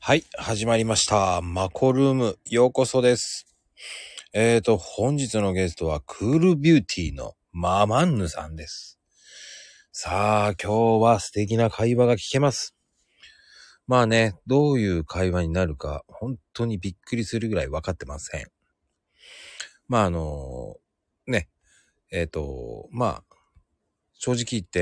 はい、始まりました。マコルーム、ようこそです。本日のゲストはクールビューティーのママンヌさんです。さあ、今日は素敵な会話が聞けます。まあね、どういう会話になるか、本当にびっくりするぐらい分かってません。まあね、まあ、正直言って、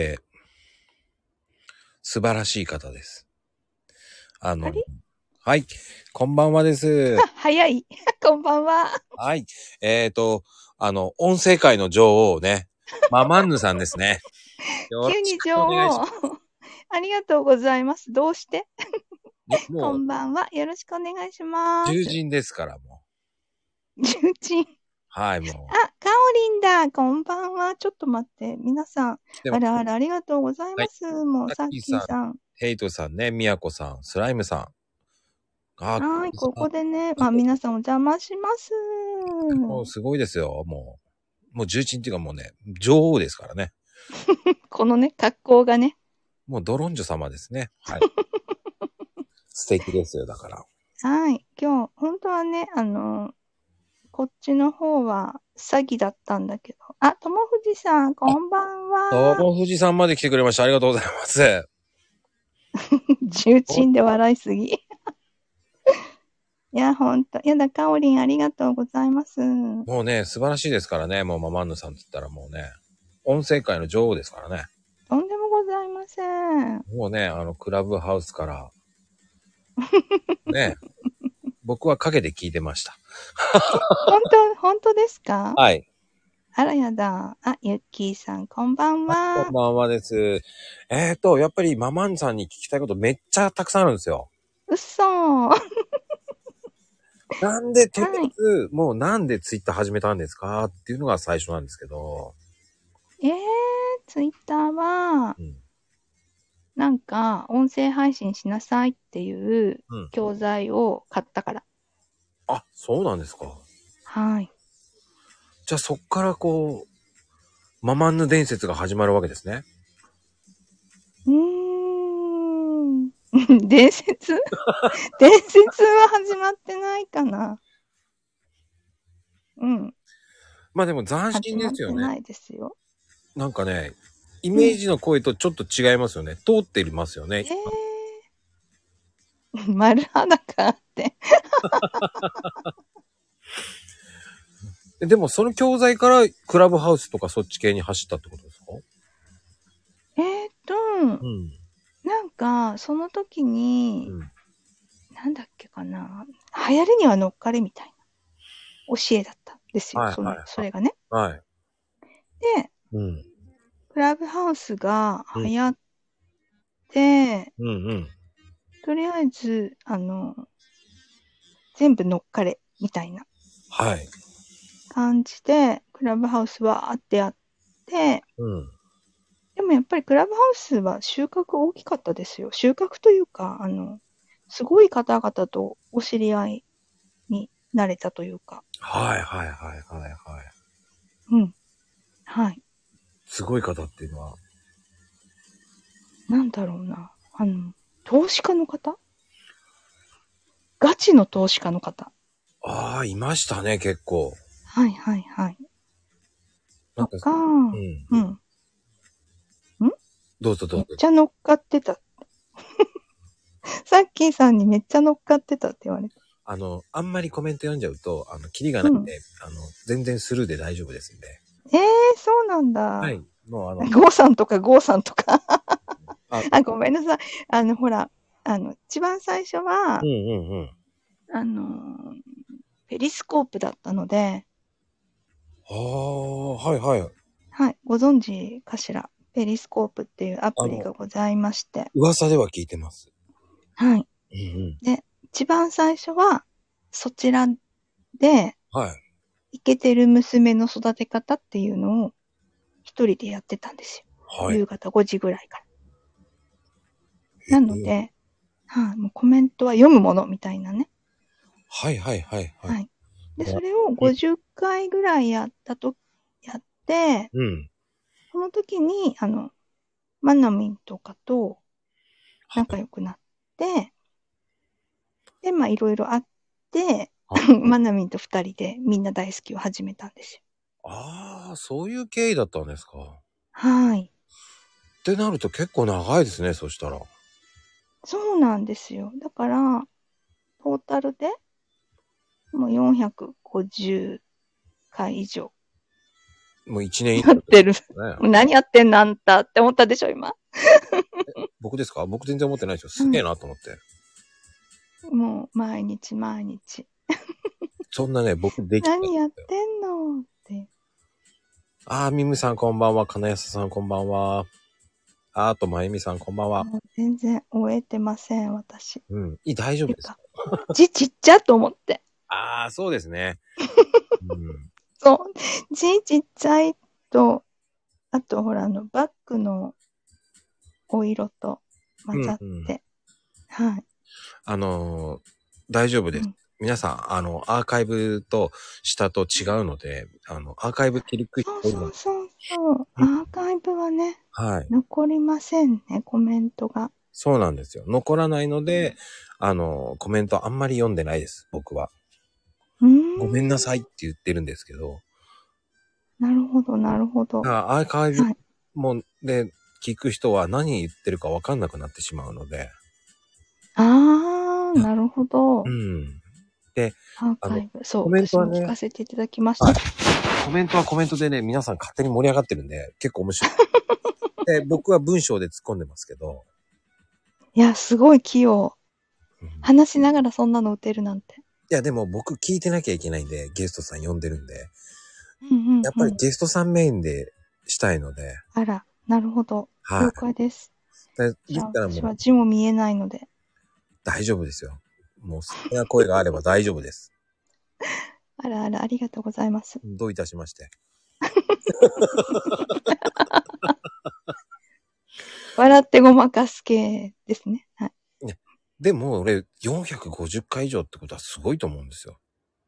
素晴らしい方です。 あれはい、こんばんはです。 早い。こんばんは。 はい。音声界の女王ね。ママンヌさんですね。よろ急にしくお願いし女王。 ます。 ありがとうございます。どうしてこもう、 んばんは。よろしくお願いします。 獣人ですから、も重鎮。 う。はい、 あ、 もかおりんだ。こんばんは。ちょっと待って。皆さん。 う。来てます。 あらあら、ありがとうございはい。 ます。もう、 タッさっキーさん、 きーさん。 ヘイトさんね、ミヤコさん、スライムさん。あ、 はい、こあこでね。まあ、皆さんお邪魔します。 もうすごいですよ、もう。もう獣人っていうかもうね、女王ですからね。 このね、格好がね。 もうドロンジョ様ですね。はい。素敵ですよ、だから。 はい。今日、本当はね、こっちの方は詐欺だったんだけど。あ、ともふじさん、こあ、 んばんは。 友藤さんまで来てくれました。ありがとうございます。 重鎮で笑いすぎ。いや、ほんと。やだ、かおりん、ありがとうございます。 もうね、素晴らしいですからね。もうママンヌさんって言ったらもうね、音声界の女王ですからね。 とんでもございません。 もうね、クラブハウスから、ね、僕は陰で聞いてました。 本当ですか？ はい。 あらやだ。あ、ゆっきーさん、こんばんはい、こんは。 ばんはです。やっぱりママンさんに聞きたいことめっちゃたくさんあるんですよ。 うっそー。 なんで、とりあはい。 えず、もうなんでツイッター始めたんですかっていうのが最初なんですけど。 えー、ツイッターは、 うん。 なんか、音声配信しなさいっていううん。 教材を買ったから。 あ、そうなんですか。 はい。 じゃあそっからこう、ママンヌ伝説が始まるわけですね。 うーん。伝説伝説は始まってないかな。うん。 まあでも斬始新ですよね。 まってないですよ。 なんかね、イうん。 メージの声とちょっと違いますよね。通っていますよね。 丸裸って。 でもその教材からクラブハウスとかそっち系に走ったってことですか？ えーっと、 うん。 なんか、その時に、 うん。 なんだっけかな。流行りには乗っかれみたいな教えだったんですよ。 はいはいそれがね。 はい。はい。 で、 うん。 クラブハウスがうん。 流行って、 うんうん。 とりあえず、全部乗っかれみたいなはい。 感じで、クラブハウスはあってあって、 うん。 でもやっぱりクラブハウスは収穫大きかったですよ。収穫というか、すごい方々とお知り合いになれたというか。 はいはいはいはいはい。 うん。はい。 すごい方っていうのは。 なんだろうな。投資家の方ガチの投資家の方。 ああ、いましたね、結構。 はいはいはい。 なんか、 とか、 うん。 うん。 どうぞどうぞ。 めっちゃ乗っかってた。さっきーさんにめっちゃ乗っかってたって言われた。 あんまりコメント読んじゃうと、キリがなうん。 いんで、全然スルーで大丈夫ですんで。 えー、そうなんはい。 だ。 もうゴーさんとかゴーさんとか。 あ、 あ、ごめんなさい。ほら、一番最初は、 うんうんうん。 あの、ペリスコープだったので、 ああ、はいはい。 はい、ご存知かしら。ペリスコープっていうアプリがございまして。 噂では聞いてます。 はい。 うんうん。 で、一番最初は、そちらで、 はい。 イケてる娘の育て方っていうのを一人でやってたんですよ。 はい。 夕方5時ぐらいから。なので、はい、もうコメントは読むものみたいなね。 はいはいはいはい。 はい。で、それを50回ぐらいやって、 うん。 その時に、マナミンとかと仲良くなって、 まあいろいろあって、マナミンと二人でみんな大好きを始めたんですよ。 ああ、そういう経緯だったんですか。 はい。 ってなると結構長いですね、そしたら。 そうなんですよ。だから、トータルでもう450回以上もう1年以上ですやってる。 ね。 何やってんのあんたって思ったでしょ、今。 僕ですか？僕全然思ってないですよ。すげえなと思って。 もう毎日毎日。 そんなね、僕できないん何やっだよ。 てんのって。 あー、ミムさんこんばんは。金安さんこんばんは。あと、まゆみさんこんばんは。 もう全然終えてません、私。 うん。大丈夫です。 てか、字ちっちゃと思って。 ああ、そうですね。うん。 そう。字ちっちゃいと、あとほら、バッグのお色と混ざっうんうん。 て。はい。 大丈夫です。 うん。 皆さん、アーカイブと下と違うので、アーカイブ切りくいそう多いの。 そうそうそう。 うん。 アーカイブはね、 はい。 残りませんね、コメントが。 そうなんですよ。残らないので、コメントあんまり読んでないです、僕は。 うーん。 ごめんなさいって言ってるんですけど、 なるほど、なるほど。 アーカイブはい。 もで聞く人は何言ってるかわかんなくなってしまうので、 あー、なるほうど。 ん。で、 アーカイブ。そう、 コメント私も聞はね、 かせていただきましはい。 た。 コメントはコメントでね、皆さん勝手に盛り上がってるんで、結構面白い。で、僕は文章で突っ込んでますけど、 いや、すごい器用。 うん、い話しながらそんなの打てるなんて。 や、でも僕聞いてなきゃいけないんで、ゲストさん呼んでるんで、 うんやっうんうん。 ぱりゲストさんメインでしたいので、 あら、なるほど。了はい。 解です。 でじゃあきたらもう私は字も見えないので。 大丈夫ですよ。もう好きな声があれば大丈夫です。 あらあら、ありがとうございます。 どういたしまして。 笑ってごまかす系ですね。はい。 ね、でも俺450回以上ってことはすごいと思うんですよ。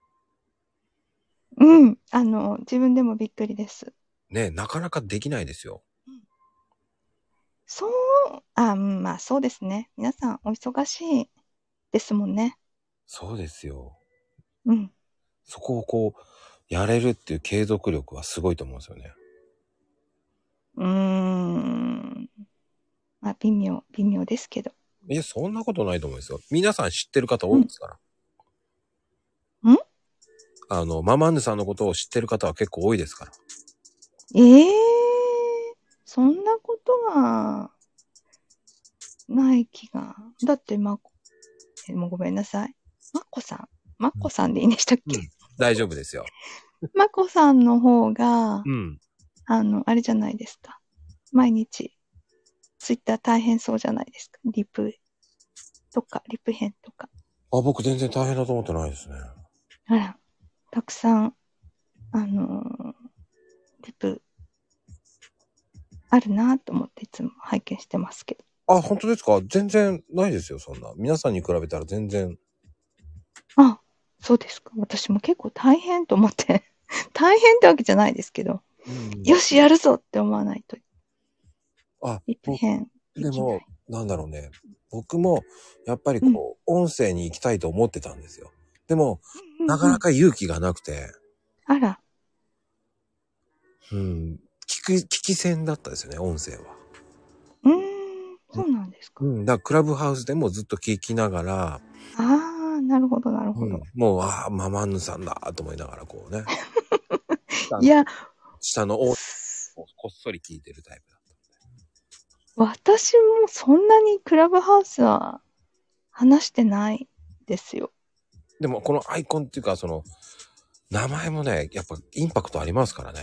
うん。自分でもびっくりです。 ね、なかなかできないですよ。 そう、うん、まあそうですね。皆さんお忙しいですもんね。 そうですよ。 うん。 そこをこう、やれるっていう継続力はすごいと思うんですよね。 うーん。まあ微妙ですけど。 いや、そんなことないと思うんですよ。皆さん知ってる方多いですから。 んママンヌさんのことを知ってる方は結構多いですから。 ええそんなことはない気が。だって、もうごめんなさい。まこさんでいいんでしたっけ？ うん。大丈夫ですよ。 まこさんの方が、 うん。 あれじゃないですか。毎日、ツイッター大変そうじゃないですか。リプ編とか。 あ、僕全然大変だと思ってないですね。 あら、たくさん、あのーリプあるなと思っていつも拝見してますけど。 あ、本当ですか？全然ないですよ、そんな。皆さんに比べたら全然。 あ、そうですか。私も結構大変と思って大変ってわけじゃないですけど、 うん。 よし、やるぞって思わないと、 あ、 リプ編ででも、 きない。 なんだろうね。僕も、やっぱりうん。 こう、音声に行きたいと思ってたんですよ。でも、なかうんうんうん。 なか勇気がなくて、 あら。 うん。聞き戦だったですよね、音声は。 そうなんですか。 うん。だから、クラブハウスでもずっと聞きながら、 ああ、なるほど、なるほうん。 ど。 もう、ママンヌさんだと思いながら、こうね。 いや、 下の音をこっそり聞いてるタイプだった。 私もそんなにクラブハウスは話してないですよ。 でも、このアイコンっていうか、名前もね、やっぱインパクトありますからね。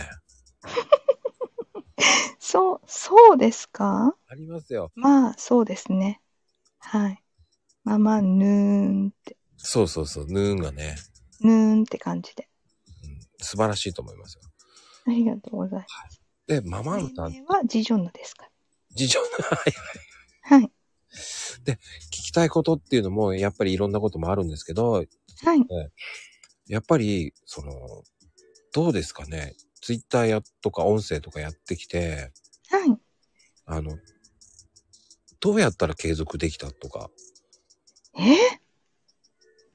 そうですか？ ありますよ。 まあ、そうですね。はい。ぬーんって、 そうそうそう、ヌーンがね、 ぬーんって感じで。 うん、素晴らしいと思いますよ。 ありがとうございます。 で、ママン命さん、 名はジジョンヌですか事情の、 ら。はい。 で、聞きたいことっていうのも、やっぱりいろんなこともあるんですけど、 はい。 やっぱり、どうですかね。ツイッターとか音声とかやってきて、 はい。 あの、どうやったら継続できたとか。 え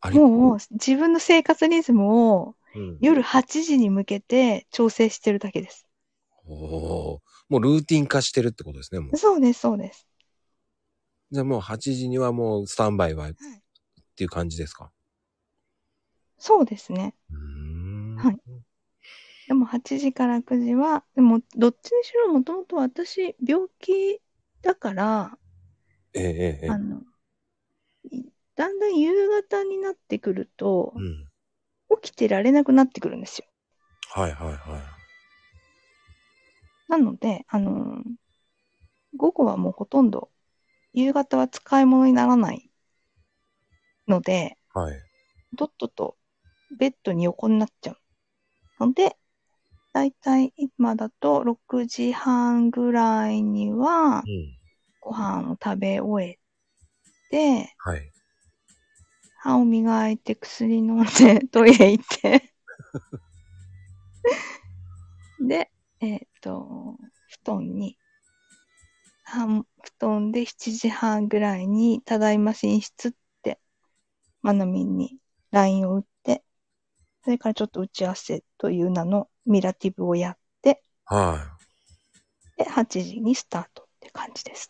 もう自分の生活リズムをうん。 夜8時に向けて調整してるだけです。 おー。もうルーティン化してるってことですね、もう。 そうです、そうです。 じゃあもう8時にはもうスタンバイはっはい。 ていう感じですか？ そうですね。 うーん。 はい。でも8時から9時は、でもどっちにしろもともと私病気だから、 ええ、ええ、ええ。 あの、だんだん夕方になってくると、 うん。 起きてられなくなってくるんですよ。 はいはいはい。 なので、午後はもうほとんど、夕方は使い物にならないので、 はい。 とっととベッドに横になっちゃうので、だいたい今だと6時半ぐらいにはうん。 ご飯を食べ終えて、 はい。 歯を磨いて薬飲んでトイレ行ってで、布団に、布団で7時半ぐらいに、ただいま寝室って、まなみんに LINE を打って、それからちょっと打ち合わせという名のミラティブをやって、 はい。 で、8時にスタートって感じです。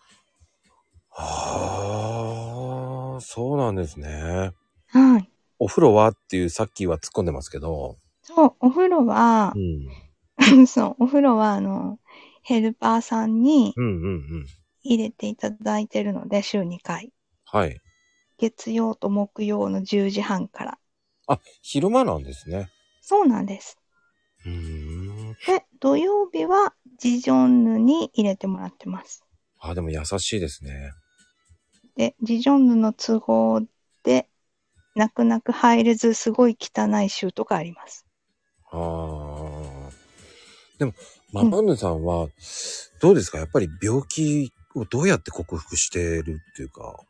はあ、そうなんですね。 はい。 お風呂はっていうさっきは突っ込んでますけど。 そう、お風呂は、 うん。 そう、お風呂は、ヘルパーさんにうんうんうん。 入れていただいてるので、週2回。 はい。 月曜と木曜の10時半から。 あ、昼間なんですね。 そうなんです。 うーん。 で、土曜日はジジョンヌに入れてもらってます。 あ、でも優しいですね。 で、ジジョンヌの都合で、泣く泣く入れず、すごい汚い週とかあります。 ああ。でも、 うん。 ママンヌさんは、どうですか？やっぱり病気をどうやって克服してるっていうか。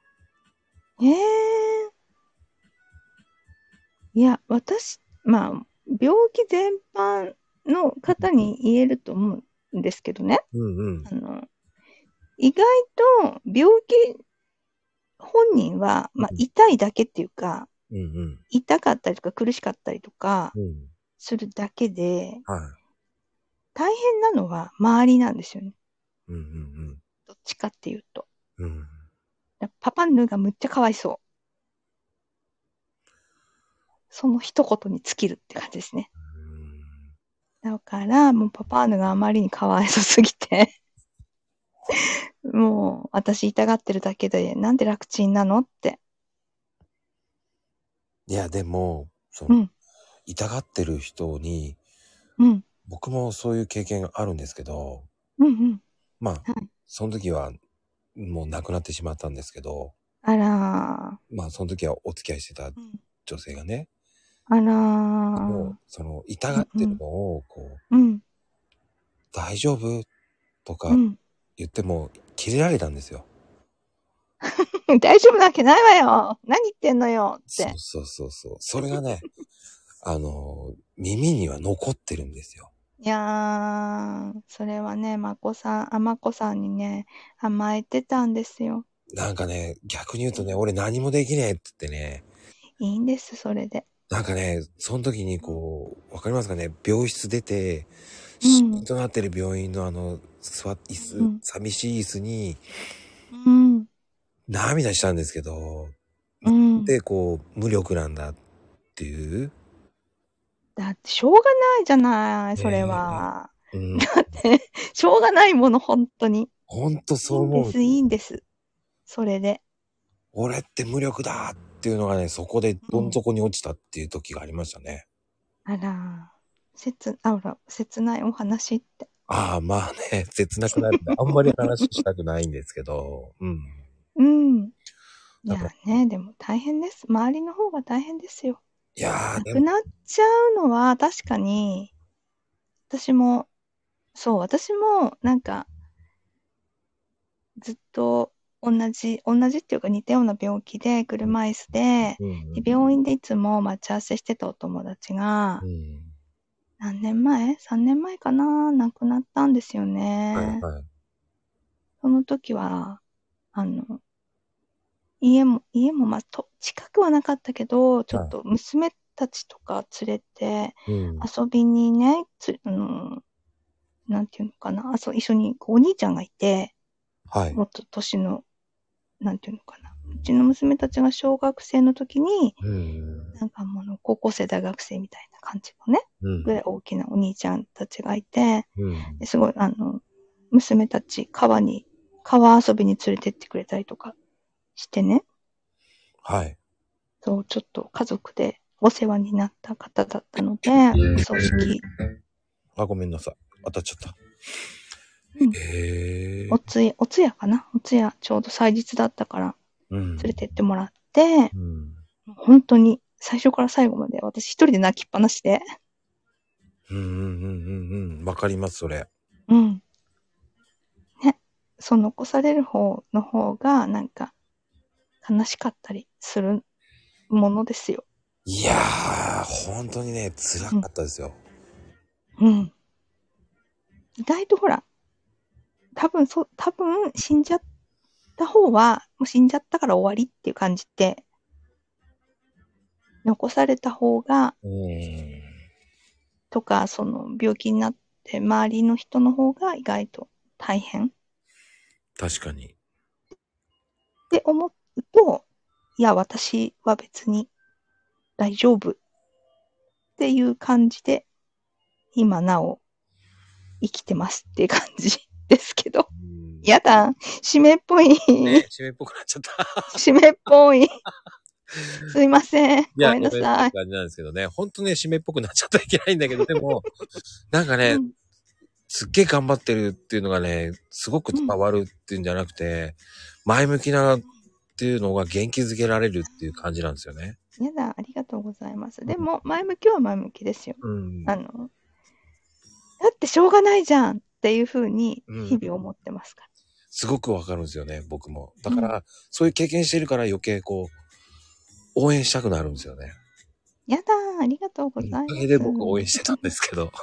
いや、まあ、病気全般の方に言えると思うんですけどね。 うんうん。 あの、意外と病気本人は、まあ、痛いだけっていうか、 うんうん。 痛かったりとか苦しかったりとかうん。 するだけで、 はい。 大変なのは周りなんですよね。 うんうんどっちかっていうと。 うん。うん。 パパンヌがむっちゃかわいそう。その一言に尽きるって感じですね。だから、もうパパンヌがあまりにかわいそうすぎてもう私痛がってるだけで、なんで楽ちんなのって。 いや、でも、 うん、 痛がってる人に、 うん、 僕もそういう経験があるんですけど、 うん、うん。 まあ、 はい。 その時はもう亡くなってしまったんですけど、 あらまあ、その時はお付き合いしてたー。うん。 女性がね、 あらでも、 ー。 痛がうん、うん、 ってるのを、 うん、 大丈夫とかうん。 言っても、キレられたんですよ。 大丈夫なわけないわよ。何言ってんのよって。 そうそうそうそう。それがね、耳には残ってるんですよ。 いやー、それはね、まこさんにね、甘えてたんですよ。 なんかね、逆に言うとね、俺何もできねえって言ってね、 いいんです、それで。 なんかね、その時にわかりますかね、病室出て、死うん、 因となってる病院の椅子、 うん、 寂しい椅子にうん、 涙したんですけど、 うん。 で、無力なんだっていう。 だってしょうがないじゃない、それねは。 え。うん。 だって、しょうがないもの、本当に。 ほんとそう思う。 いいんです、いいんです。それで。 俺って無力だっていうのがね、そこでどんうん。 底に落ちたっていう時がありましたね。 あら、切ないお話って。 ああ、まあね、切なくなるんで、あんまり話したくないんですけど、うん。 うん。いだから、 やね、でも大変です。周りの方が大変ですよ。 いやー、でも、 亡くなっちゃうのは確かに、私も、私もなんかずっと同じっていうか似たような病気で車椅子で、 うん、 で病院でいつも待ち合わせしてたお友達が、 うん。うん。 何年前？ 3 年前かな、亡くなったんですよはい、 ね。 はい。 その時は、あの、 家も、まあ、近くはなかったけど、ちょっはと娘たちとか連れてい。うん。 遊びにね、なんていうのかな、一緒にお兄ちゃんがいて、 はい。 もっと年の、なんていうのかな。うちの娘たちが小学生の時に、 うん。 なんかもう高校生、大学生みたいな感じのね、 うん。 ぐらい大きなお兄ちゃんたちがいて、 うん。 すごい、娘たち川遊びに連れてってくれたりとかしてね、 はい。 そう、ちょっと家族でお世話になった方だったので、お葬式、 あ、ごめんなさい。当たっちゃった。 うん、 へえ。 お通夜かな、お通夜ちょうど祭日だったからうん。 連れてってもらって、 うん。 本当に最初から最後まで私一人で泣きっぱなしで、 うんうんうんうんうん。わかります、それ。 うん。ね。そう残される方の方がなんか悲しかったりするものですよ。 いやー、本当にね、辛うん。 かったですよ。 うん。意外とほら、多分死んじゃった方は、もう死んじゃったから終わりっていう感じで、残された方が、 うん。 とか、その病気になって周りの人の方が意外と大変っ確かに。 て思うと、いや、私は別に大丈夫っていう感じで、今なお生きてますっていう感じですけど。 うん。 やだ、締めっぽい、 ね、締めっぽくなっちゃった。 締めっぽい。すいません。 いや、 ごめんごめんってなさい。 感じなんですけどね。ほんとね、締めっぽくなっちゃったらいけないんだけど、でも、なんかね、 うん、 すっげえ頑張ってるっていうのがね、すごくうん。 伝わるっていうんじゃなくて、前向きなっていうのが元気づけられるっていう感じなんですよね。 やだ、ありがとうございます。でも、前向きは前向きですよ。 うん。 あの、だってしょうがないじゃんっていうふうにうん。 日々思ってますかすごくわかるんですよね、僕も。だら。うん。 から、そういう経験してるから余計こう、応援したくなるんですよね。 やだ、ありがとうごうん。おかげざいます。 で僕応援してたんですけど。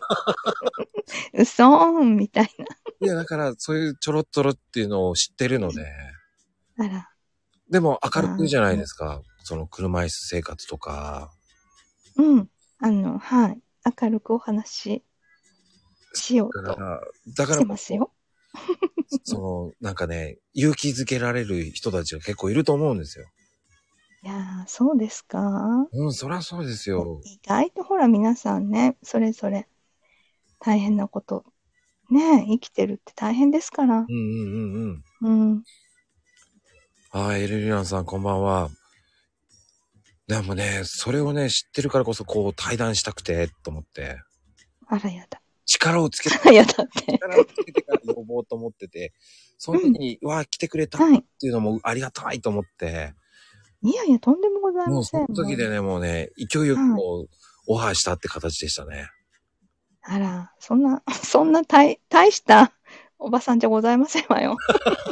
嘘ーんみたいいや、だからそういうちょろっちょろっていうのを知ってるので、 な。あら、 でも明るくあ言うじゃないー、 ですか。その車椅子生活とか。 うん。はい。明るくお話ししようとだから、だかしらこそ、 てますよ。 その、なんかね、勇気づけられる人たちが結構いると思うんですよ。 いやー、そうですか？ うん、そりゃそうですよ。 意外とほら皆さんね、それぞれ大変なこと、ね、生きてるって大変ですから。 うんうんうんうん。 うん。 はい、エルリランさんこんばんは。でもね、それをね、知ってるからこそこう対談したくて、と思って。 あらやだ。 力をつけて、 あらやだって。 力をつけてから呼ぼうと思ってて、そうん。 の時に、うわ、来てくれたっはい。 ていうのもありがたいと思って、 いやいや、とんでもございもうそのません。もう。 時でね、もうね、勢いよくはい。 こう、オファーしたって形でしたね。 あら、そんな、そんな大したおばさんじゃございませんわよ。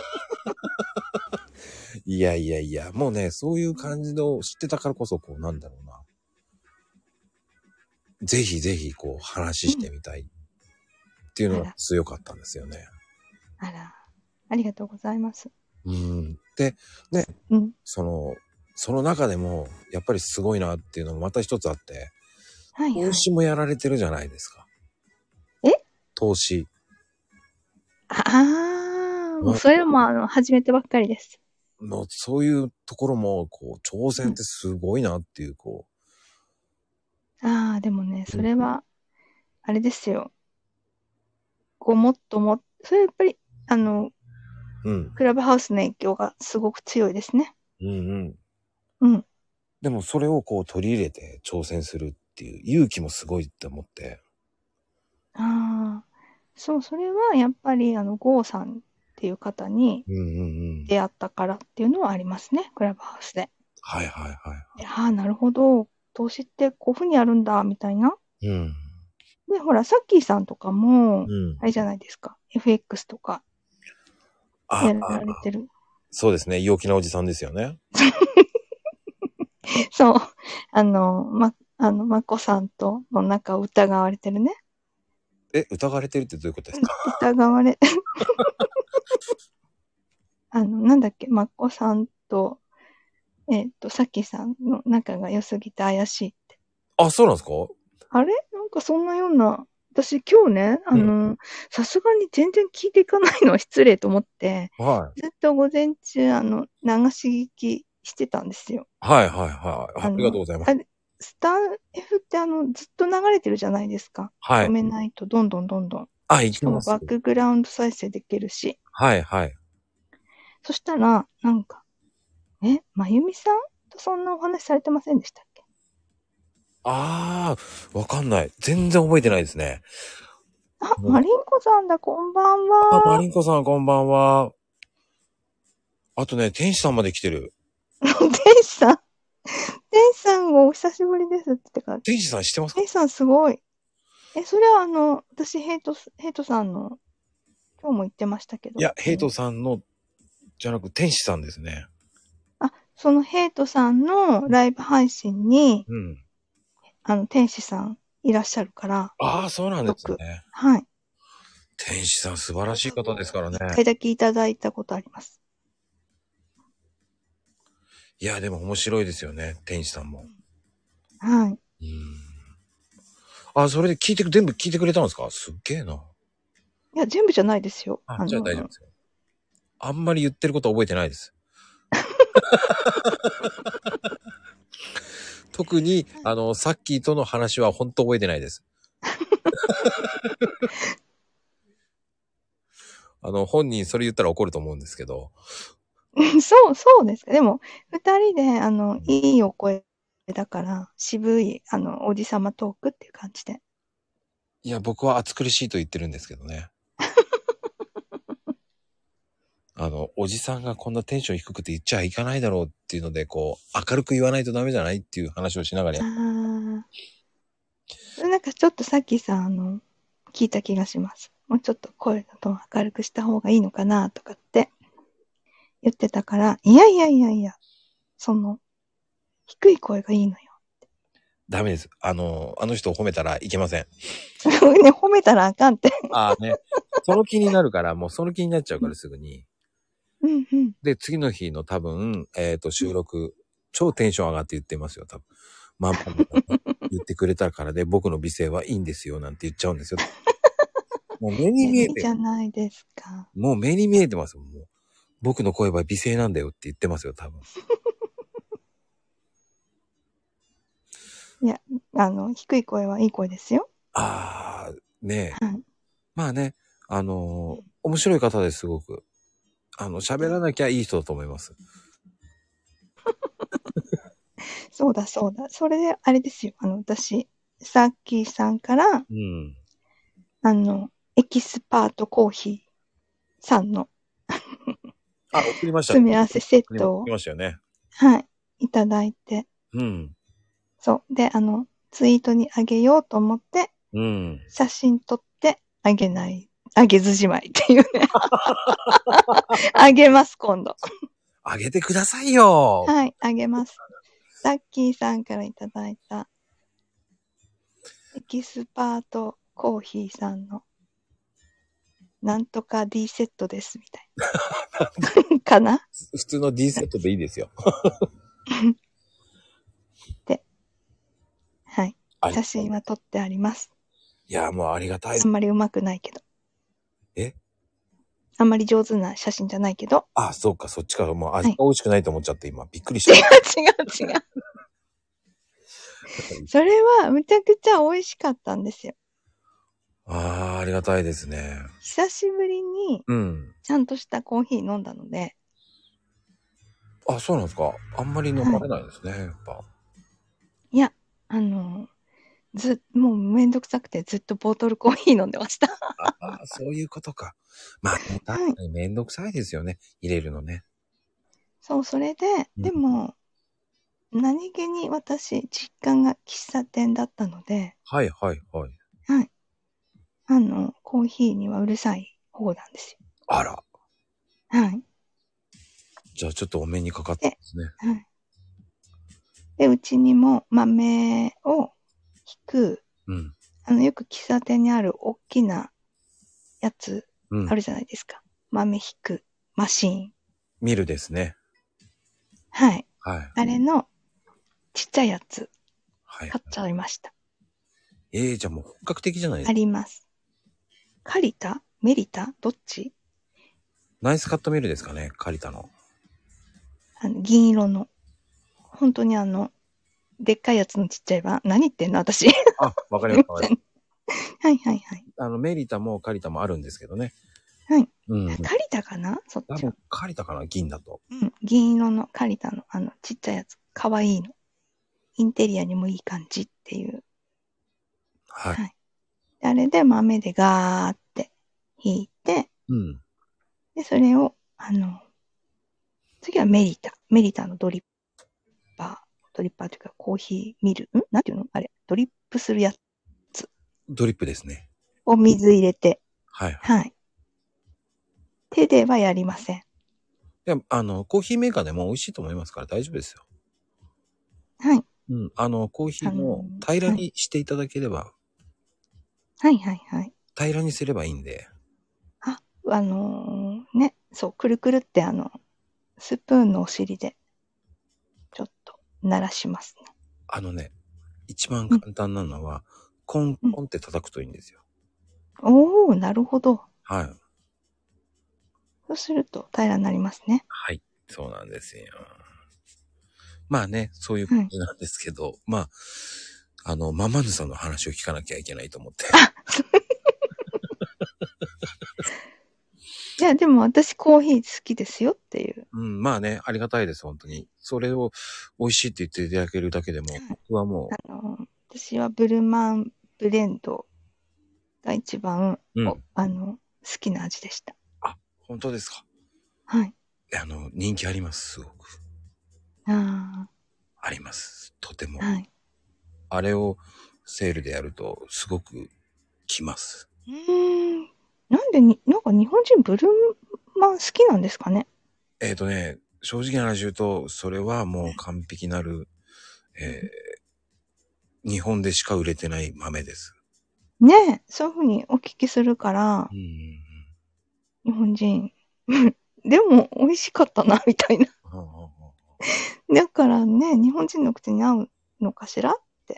いやいやいや、もうね、そういう感じの知ってたからこそ、こう、なんだろうな。ぜひぜひ、こう、話うん。 してみたいっていうのがあら、 強かったんですよね。 あら、ありがとうございます。 うん。で、ね、 うん。 その中でも、やっぱりすごいなっていうのもまた一つあって、投はいはい。 資もやられてるじゃないですか。 え投資。 もうそれも始めてばっかりです。 もうそういうところも、こう、挑うん。 戦ってすごいなっていう、こでもね、 う。うん。 それは、あれですよ。もっとそれやっぱり、 うん。 クラブハウスの影響がすごく強いですね。 うんうん。 うん。 でもそれをこう取り入れて挑戦するっていう勇気もすごいって思って。 ああ、そう、それはやっぱり、ゴーさんっていう方にうんうんうん。 出会ったからっていうのはありますね、クラブハウスで。 はいはいはい。 でなるほど。投資ってこういうふうにやるんだ、みたいな。 うん。 で、ほら、サッキーさんとかも、 うん。 あれじゃないですか。FX とかやられてる。 そうですね。陽気なおじさんですよね。 そう。まこさんとの仲を疑われてるね。 え、疑われてるってどういうことですか？ 疑われ、なんだっけ、まこさんと、さっきさんの仲が良すぎて怪しいって。 あ、そうなんですか？ あれなんかそんなような、私今日ね、 うん。 さすがに全然聞いていかないのは失礼と思って、 はい。 ずっと午前中、流し聞きしてたんですよ。 はいはいはい。ありがとうございます。 あれ、スタン F ってずっと流れてるじゃないですか。 はい。 止めないとどんどんどんどん。 あ、行しかもきます。 バックグラウンド再生できるし。 はいはい。 そしたら、なんか、まゆみさんとそんなお話されてませんでしたっけ？ ああ、わかんない。全然覚えてないですね。 あ、 もうマリンコさんだ、こんばんあ、マは。 リンコさんこんばんは。あとね、天使さんまで来てる。 天使さん、天使さんお久しぶりですって言ってから、 天使さん知ってますか？ 天使さんすごい。それは私ヘイトさんの、今日も言ってましたけど、 いや、ヘイトさんの、じゃなく天使さんですね。 そのヘイトさんのライブ配信に、 うん。 天使さんいらっしゃるから、 ああ、そうなんでよく。 すね。 はい。 天使さん素晴らしい方ですからね。 一回だけいただいたことあります。 いや、でも面白いですよね。天使さんも。 はい。 うん。あ、それで全部聞いてくれたんですか？すっげえな。 いや、全部じゃないですよ。 あ、じゃあ大丈夫ですよ。あんまり言ってること覚えてないです。特に、さっきとの話は本当覚えてないです。本人それ言ったら怒ると思うんですけど。 そうですか。でも、二人で、いいお声だから、渋い、おじさまトークっていう感じで。 いや、僕は暑苦しいと言ってるんですけどね。おじさんがこんなテンション低くて言っちゃいかないだろうっていうので、こう、明るく言わないとダメじゃないっていう話をしながらああ。なんかちょっとさっきさ、聞いた気がします。もうちょっと声のトーン明るくした方がいいのかなとかって言ってたから、いやいやいやいや、低い声がいいのよ。 ダメです。あの人を褒めたらいけません。 ね、褒めたらあかんって。 ああね。その気になるから、もうその気になっちゃうからすぐに。 うんうん。 で、次の日の多分、収録、超テンション上がって言ってますよ、多分。ママが言ってくれたからで、僕の美声はいいんですよ、なんて言っちゃうんですよ。もう目に見えて、 いいじゃないですか。 もう目に見えてますよ、もう。僕の声は美声なんだよって言ってますよ、多分。 いや、低い声はいい声ですよ。 ああ、ねえ。 はい。 まあね、面白い方です、すごく。喋らなきゃいい人だと思います。 そうだそうだ。それで、あれですよ。私、さっきさんから、 うん。 エキスパートコーヒーさんのあ、送りましたね。 詰め合わせセッ送トを、 りましたよね。 はい、いただいて、 うん。 そう。で、ツイートにあげようと思って、 うん。 写真撮ってあげない。あげずじまいっていうね。あげます、今度。 あげてくださいよ。 はい、あげます。ザッキーさんからいただいた、エキスパートコーヒーさんの、なんとか D セットです、みたいな。かな普通の D セットでいいですよ。 で、はい。 あり写真は撮ってあります。 いや、もうありがたい。 あんまり上手くないけど。 えあんまり上手な写真じゃないけど。 あ、そうか、そっちか。もう味はい。 が美味しくないと思っちゃって今、びっくりし違うた。 違う違う。それはむちゃくちゃ美味しかったんですよ。 ああ、ありがたいですね。 久しぶりにうん。 ちゃんとしたコーヒー飲んだので。 あ、そうなんですか。あんまり飲はい。 まれないですね、やっぱ。 いや、もうめんどくさくてずっとボトルコーヒー飲んでました。 ああ、そういうことか。まあ、ね、確はい。 かにめんどくさいですよね。入れるのね。 そう、それで、 うん。 でも、何気に私、実家が喫茶店だったので、 はいはいはい。 はい。コーヒーにはうるさい方なんですよ。 あら。 はい。 じゃあちょっとお目にかかってで、 ですね。 はい。で、うちにも豆をひく、 うん。 よく喫茶店にある大きなやつうん。 あるじゃないですか。豆ひくマシーン。 見るですね。 はい。 はい。 あれのちっちゃいやつはい。 買っちゃいました。 じゃあもう本格的じゃないですあか。 ります。カリタメリタどっち？ ナイスカットミルですかね、借りたの。 銀色の。本当にでっかいやつのちっちゃい版。何言ってんの私。 あ、わかりました。わかりましはいはいはい。 た。メリタも借りたもあるんですけどね。 はい。 うん。 カリタかなそっ多分ちは。 借りたかな、銀だと。 うん。銀色のカリタのちっちゃいやつ。かわいいの。インテリアにもいい感じっていう。 はい。 はい。あれで豆でガーって引いて、 うん。 で、それを、次はメリタ。メリタのドリッパー。ドリッパーというかコーヒーミル。なんていうのあれ。ドリップするやつドリップですね。 を水入れて。 はい。 はい。手ではやりません。 いや、コーヒーメーカーでも美味しいと思いますから大丈夫ですよ。 はい。 うん。コーヒーも平らはい。 にしていただければ、 はいはいはい。 平らにすればいいんで。 あ、ね、そう、くるくるってスプーンのお尻で、ちょっと鳴らしますね。 一番うん、 簡単なのは、コンうん。 コンって叩くといいんですよ。 おー、なるほど。 はい。 そうすると平らになりますね。 はい。そうなんですよ。まあね、そういう感はい。 じなんですけど、まあ、ママヌさんの話を聞かなきゃいけないと思って。 あ、いや、でも私コーヒー好きですよっていう。 うん、まあね、ありがたいです、本当に。それを美味しいって言っていただけるだけでも、 はい。 僕はも私はブルマンブレンドが一番、 う、うん。 好きな味でした。 あ、本当ですか。 はい。 人気あります、すごく。 ああります。とても。 あ、はい。 あれをセールでやると、すごく来ます。 なんか日本人ブルマン好きなんですかね。 正直な話言うと、それはもう完璧なる、えうん日本でしか売れてない豆です。 ねえ、そういうふうにお聞きするから、 うんうん日本人、でも美味しかったな、みたいな。 うん。はあはあはあ。 だからね、日本人の口に合うのかしらって。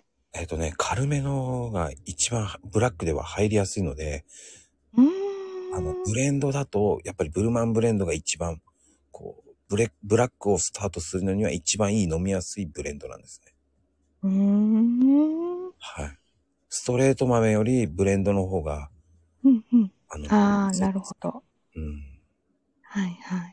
軽めのが一番ブラックでは入りやすいので、 うーブん。 レンドだと、やっぱりブルマンブレンドが一番、ブラックをスタートするのには一番いい飲みやすいブレンドなんですね。 うーん。 はい。ストレート豆よりブレンドの方が、 うんうん。 飲みやああ、なすいです。 るほど。 うん。 はいはい。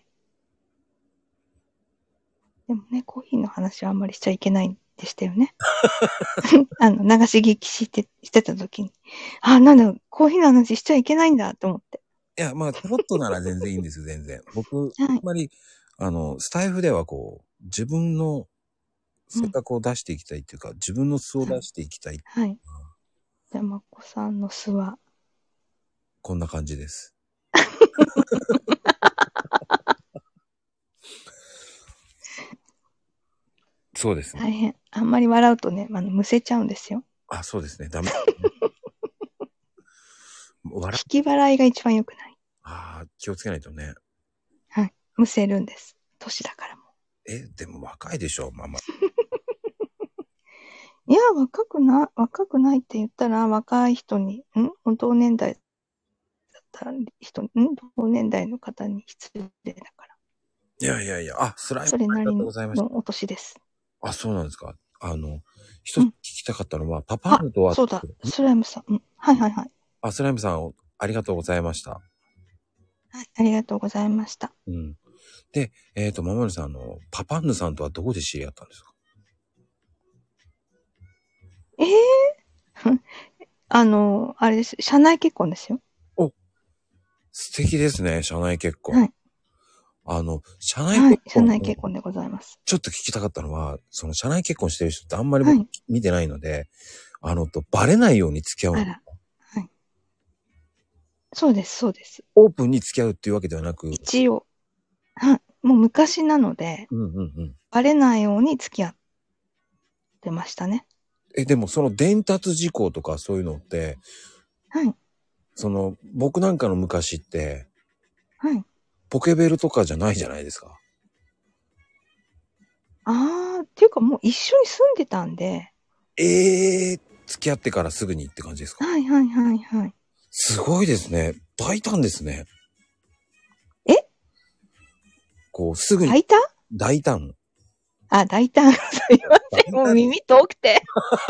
でもね、コーヒーの話はあんまりしちゃいけないんでしたよね。流し聞きしてた時に。あ、なんだ、コーヒーの話しちゃいけないんだと思って。 いや、まあ、ちょろっとなら全然いいんですよ、全然。僕、 はい。 あんまり、スタイフでは自分のうん。 性格を出していきたいっていうか、自分の素をはい。 出していきたい。 はい。じゃあ、まっこさんの巣は、 こんな感じです。そうですね。 大変。あんまり笑うとね、むせちゃうんですよ。 あ、そうですね。ダメ。笑引き笑いが一番良くない。 気をつけないとね。 はい。むせるんです。年だからも。 でも若いでしょ、ママ。 いや、若くないって言ったら、若い人に、同年代だったら、同年代の方に失礼だから。 いやいやいや、スライムそれありがなりのとうございましお年です。 た。そうなんですか。一つ聞うん。 きたかったのは、パパンヌとは、 そうだ。スライムさん。うん。はいはいはい。 スライムさん、ありがとうございました。 はい。ありがとうございました。 うん。で、マモルさん、パパンヌさんとはどこで知り合ったんですか？ えー、あれです。社内結婚ですよ。 お、素敵ですね、社内結婚。 はい。 社内はい。社結婚、 内結婚でございます。 ちょっと聞きたかったのは、その社内結婚してる人ってあんまり僕はい。 見てないので、バレないように付き合うの。 あら。はい。そうです、そうです。 オープンに付き合うっていうわけではなく、 一応。はい。もう昔なので、 うんうんうん。 バレないように付き合ってましたね。 でもその伝達事項とかそういうのって、 はい。 僕なんかの昔って、 はい。 ポケベルとかじゃないじゃないですか。 っていうかもう一緒に住んでたんで。 付き合ってからすぐにって感じですか？ はいはいはいはい。 すごいですね。大胆ですね。 えこう、すぐに、 大胆大胆。 大胆。すいません。もう大胆、 耳遠くて。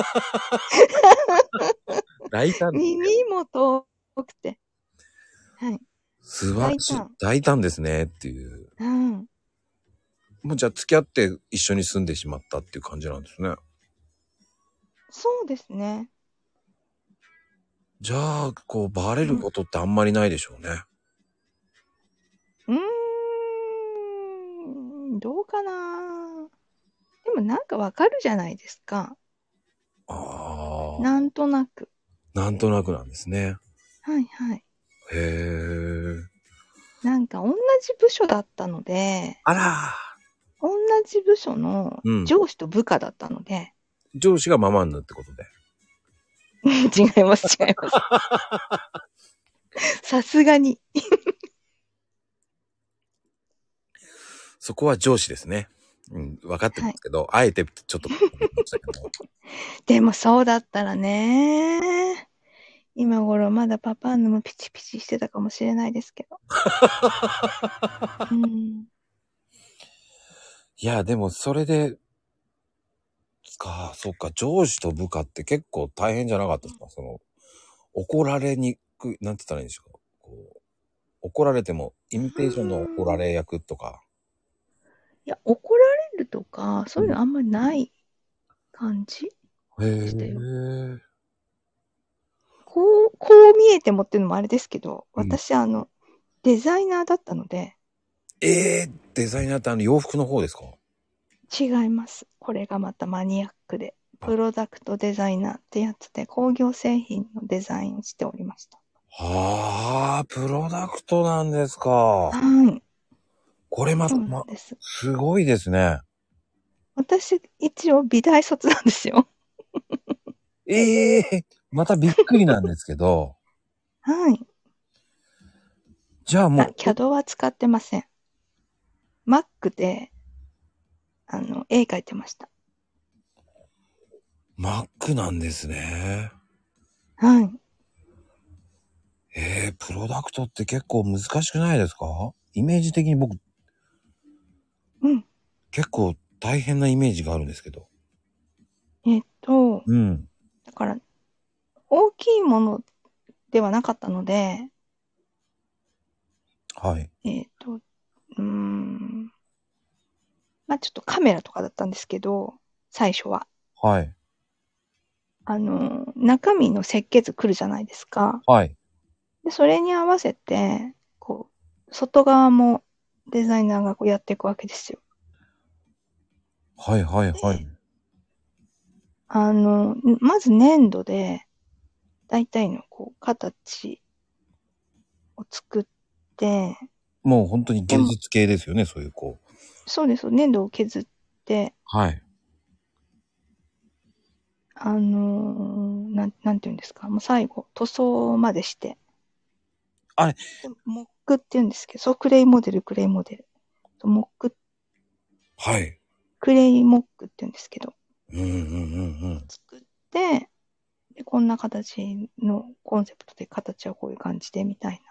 大胆。 耳も遠くて。はい。 素晴らしい。 大胆。 大胆ですねっていう。 うん。 もうじゃあ付き合って一緒に住んでしまったっていう感じなんですね。 そうですね。 じゃあ、こう、バレうん。 ることってあんまりないでしょうね。 どうかな。でもなんかわかるじゃないですか。 ああ、 なんとなく。 なんとなくなんですね。 はいはい。 へえ。 なんか同じ部署だったので、 あら同じ部署のー。うん。 上司と部下だったので、 上司がママンヌってことで。 違います違います。さすがに。 そこは上司ですね。うん、分かってまはい。 すけど、あえてちょっと言いましたけど。 でもそうだったらね、今頃まだパパンヌもピチピチしてたかもしれないですけど。うん。 いや、でもそれで、そっか、上司と部下って結構大変じゃなかったですか？その、怒られにくい、なんて言ったらいいんでしょうか。こう、怒られても、イミテーションの怒られ役とか。 いや、怒られるとか、 うん。 そういうのあんまりない感じへでしたよ。 え。 こう見えてもっていうのもあれですけど、 うん。 私デザイナーだったので、 デザイナーって洋服の方ですか？ 違います。これがまたマニアックで、 あ、 プロダクトデザイナーってやつで工業製品のデザインしておりました。 はあ、プロダクトなんですか。 はい。 これそうなんです。 すごいですね。 私、一応美大卒なんですよ。 ええ、またびっくりなんですけど、 はい。 じゃあもう、 CAD は使ってません。Mac で、絵描いてました。 マックなんですね。 はい。 プロダクトって結構難しくないですか？イメージ的に僕、 うん。 結構大変なイメージがあるんですけど。 えっと、 うん。 だから、大きいものではなかったので、 はい。 えっと、うーん、ちょっとカメラとかだったんですけど、最初は。 はい。 中身の設計図来るじゃないですか。 はい。 で、それに合わせて、外側もデザイナーがやっていくわけですよ。 はいはいはい。 で、まず粘土で、大体の形を作って、 もう本当にでも、 芸術系ですよね、そういうこう。 そうです、粘土を削って、 はい。 なんていうんですか、もう最後、塗装までして、 あれ、 でモックって言うんですけど、そう、クレイモデル、クレイモデル。モック、 はい。 クレイモックって言うんですけど、 うんうんうんうん。 作って、で、こんな形のコンセプトで形はこういう感じでみたい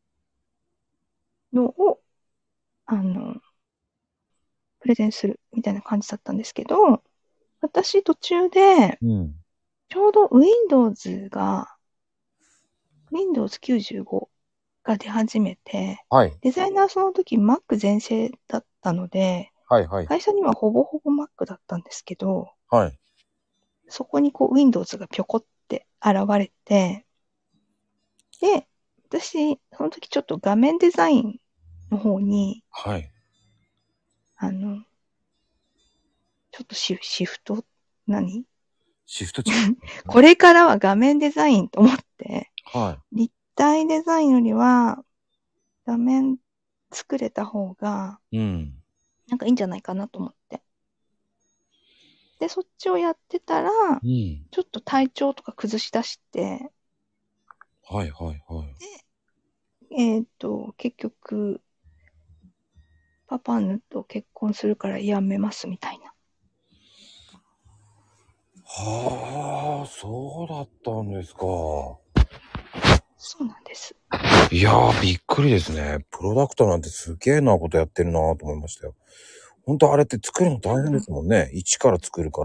なのを、あの、プレゼンするみたいな感じだったんですけど、私途中で、 うん。 ちょうど Windows 95が出始めて、 はい。 デザイナーその時 Mac 全盛だったので、 はいはい。 会社にはほぼほぼ Mac だったんですけど、 はい。 そこにWindows がぴょこって現れて、で、私、その時ちょっと画面デザインの方に、 はい。 あの、ちょっとシフト、何シフトチェンジ。 これからは画面デザインと思って、 は立体デザインよりは画面作れた方が、 い。うん。 なんかいいんじゃないかなと思って。で、そっちをやってたら、 うん。 ちょっと体調とか崩し出して、 はいはいはい。 結局、パパヌと結婚するからやめますみたいな。 はあ、そうだったんですか。 そうなんです。 いやー、びっくりですね。プロダクトなんてすげえなことやってるなと思いましたよ。ほんとあれって作るの大変ですもんね。一から作るから。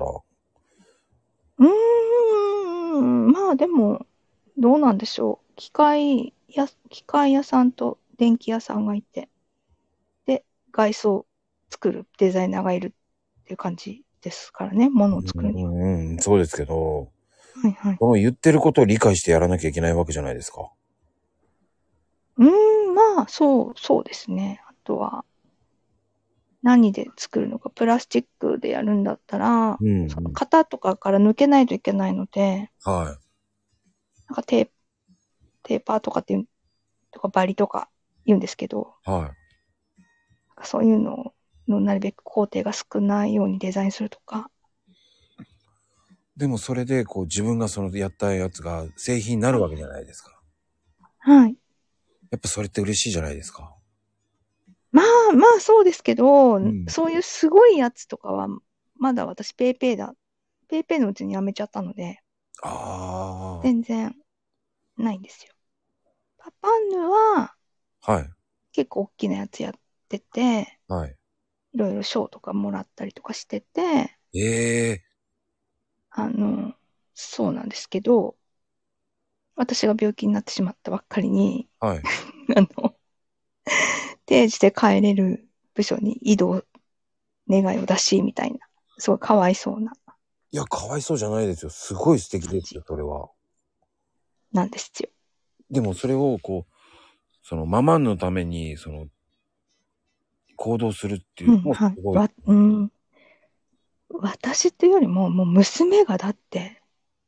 まあでも、どうなんでしょう。機械屋さんと電気屋さんがいて、で、外装作るデザイナーがいるっていう感じですからね、ものを作るには。 そうですけど、 はいはい。 この言ってることを理解してやらなきゃいけないわけじゃないですか。 まあ、そうですね。あとは、何で作るのか、プラスチックでやるんだったら、 うんうそのん。 型とかから抜けないといけないので、 はなんかテーパーとかっていう、とかバリとか言うんですけど、 い。はそういうののなるべく工程が少ないようにデザインするとか。 い。でもそれでこう自分がそのやったやつが製品になるわけじゃないですか。 はい。 やっぱそれって嬉しいじゃないですか。 まあそうですけど、 うん。 そういうすごいやつとかは、まだ私ペイペイのうちにやめちゃったので、 あ全然ないんですよ。パパンヌはあ。はい。 結構大きなやつやってて、 はい。 いろいろ賞とかもらったりとかしてて、 ええあの、そうなんですけど、私が病気になってしまったばっかりに、 はい。 あの、定時で帰れる部署に移動願いを出し、みたいな、すごいかわいそうないや、かわいそうじゃないですよ。すごい素敵感じですよ、それは。 なんですよ。 でもそれをこう、そのママンのために、その、行動するっていうのもすはい。 ごい。 私っていうよりも、もう娘がだって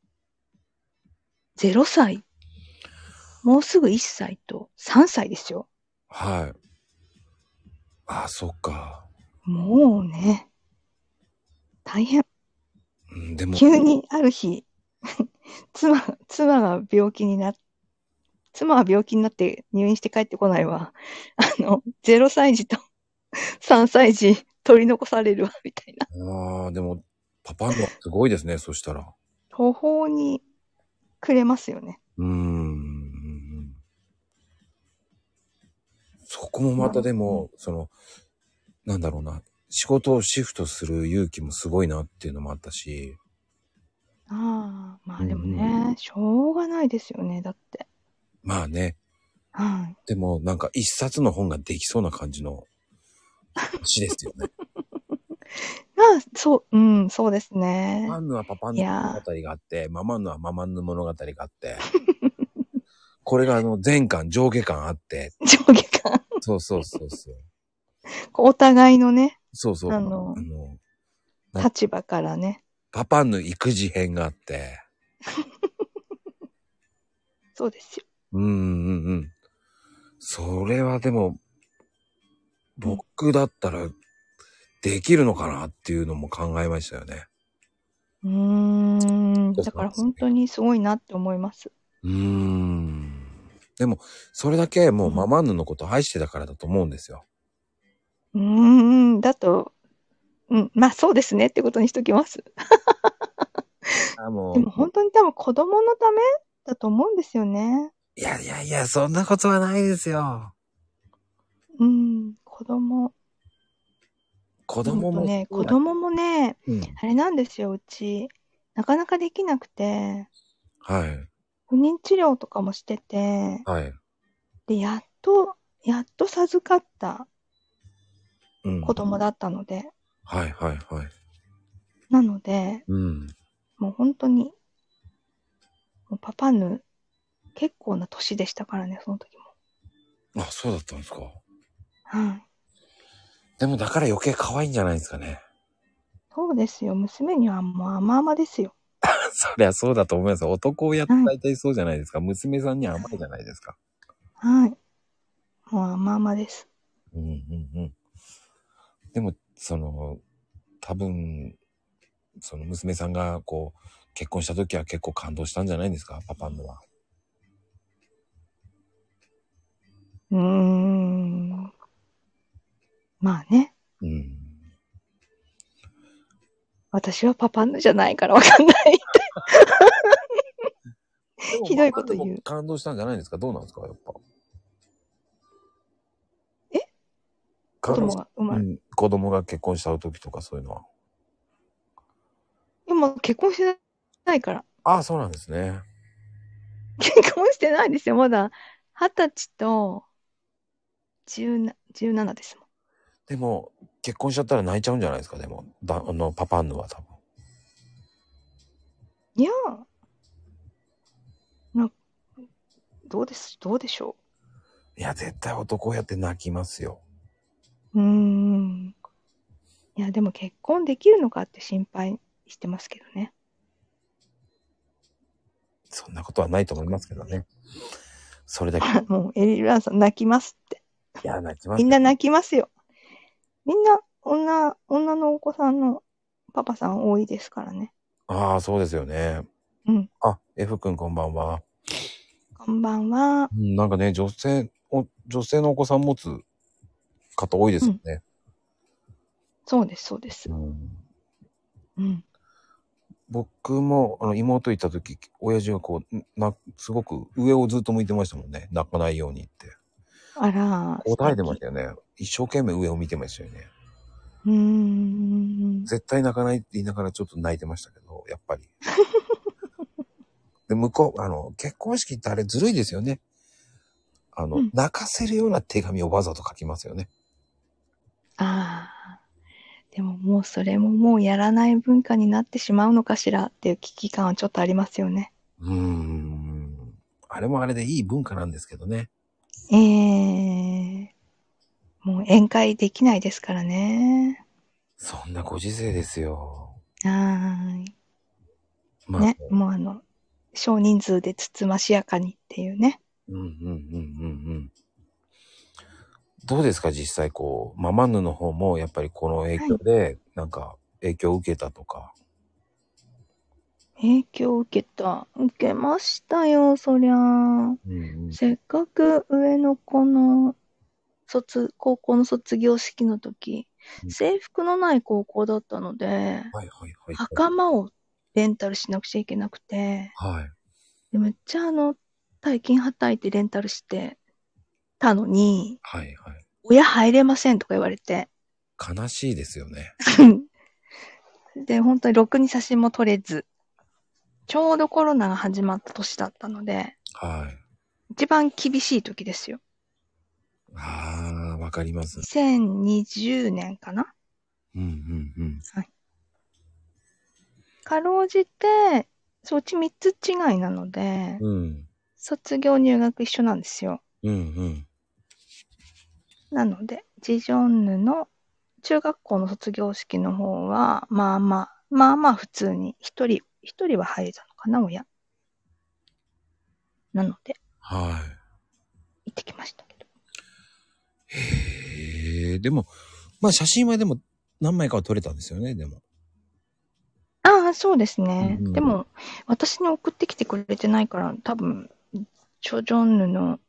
0歳、もうすぐ1歳と3歳ですよ。 はい。ああ、そっか。 もうね、大変。 うん、でも、 急にある日、妻が病気になっ妻は病気になって入院して帰ってこないわ。0歳児と3歳児取り残されるわ、みたいな。 ああ、でも、パパのはすごいですね、そしたら。 途方に暮れますよね。 うーん。そこもままあ、 たでも、その、なんだろうな、仕事をシフトする勇気もすごいなっていうのもあったし。 まあでもうんうん。 ね、しょうがないですよね、だって。 まあね。 はい。 でも、なんか一冊の本ができそうな感じの詩ですよね。 そうですね。 パンヌはパパンヌ物語いやがあって、ママンヌはママンヌ物語があって、これが全巻上下巻あって、 上下感。 そうそうそうそう。 お互いのね、 そうそう。ああの、 の、な立場からね。 パパンヌ育児編があって、 そうですよ。 うんうんうん。それはでも、 うん。 僕だったらできるのかなっていうのも考えましたよね。 だから本当にすごいなって思います。 うーん。でも、それだけもうマうん。 マンヌのことを愛してたからだと思うんですよ。 だと、まあそうですねってことにしときます。 あ、もう、 でも本当に多分子供のためだと思うんですよね。 いやいやいや、そんなことはないですよ。 子供。 子供もそうだ。 子供もね、 うん。 あれなんですよ、うち。なかなかできなくて、 はい。 不妊治療とかもしてて、 はい。 で、やっと授かったうん。 子供だったので、 はいはいはい。 なので、 うん。 もう本当に、もうパパヌ、結構な年でしたからね、その時も。 あ、そうだったんですか。 はい。 でもだから余計可愛いんじゃないですかね。 そうですよ。娘にはもう甘々ですよ。 そりゃそうだと思います。男親ってはい。 大体そうじゃないですか。娘さんには甘いじゃないですか。 はい。もう甘々です。 うんうんうん。でも、多分、その娘さんがこう、結婚した時は結構感動したんじゃないですか、パパンのは。 うーん。まあね。 うん。 私はパパンヌじゃないからわかんない。 でもひどいこと言うママでも感動したんじゃないですか？どうなんですかやっぱ。 え子供が生まれる。 子供が結婚した時とかそういうのは。 今結婚してないから。 ああ、そうなんですね。 結婚してないですよ。まだ20歳と17ですもん。 でも、結婚しちゃったら泣いちゃうんじゃないですか？でも、パパンヌは多分。 いやどうでしょいや、絶対男やって泣きますよ。 う。いや、でも結婚できるのかって心配してますけどね。 そんなことはないと思いますけどね。それだけ。 もうエリル・ランさん泣きますって。 いや、泣きますよ。 みんな泣きますよ。みんな女のお子さんのパパさん多いですからね。 ああ、そうですよね。 うん。 あ、F 君こんばんは。 こんばんは。 なんかね、女性のお子さん持つ方多いですよね。 そうです、そうです。うん。 僕も、妹行った時、親父がすごく上をずっと向いてましたもんね。泣かないようにって。 あら、 答えてましたよね。一生懸命上を見てましたよね。 素敵。 絶対泣かないって言いながらちょっと泣いてましたけど、やっぱり。で、結婚式ってあれずるいですよね。泣かせるような手紙をわざと書きますよね。 ああ。でももうそれももうやらない文化になってしまうのかしらっていう危機感はちょっとありますよね。 あれもあれでいい文化なんですけどね。 もう宴会できないですからね。 そんなご時世ですよ。 はい。 まあ、 ね、もう少人数でつつましやかにっていうね。 どうですか実際ママンヌの方もやっぱりこの影響で、なんか影響を受けたとか。 影響を受けましたよ、そりゃあ。せっかく上の子の高校の卒業式の時、制服のない高校だったので、袴をレンタルしなくちゃいけなくて、でめっちゃ大金はたいてレンタルしてたのに、親入れませんとか言われて。 悲しいですよね。 で、本当にろくに写真も撮れず、ちょうどコロナが始まった年だったので、一番厳しい時ですよ。 わかります。 2020年かな。はい。かろうじて、そっち3つ違いなので、卒業入学一緒なんですよ。なので、ジジョンヌの中学校の卒業式の方は、まあまあ普通に、一人は入れたのかな、親。なので、行ってきましたけど。 へえ、でも、まあ写真はでも何枚かは撮れたんですよね、でも。 ああ、そうですね。でも、私に送ってきてくれてないから、多分、チョジョンヌの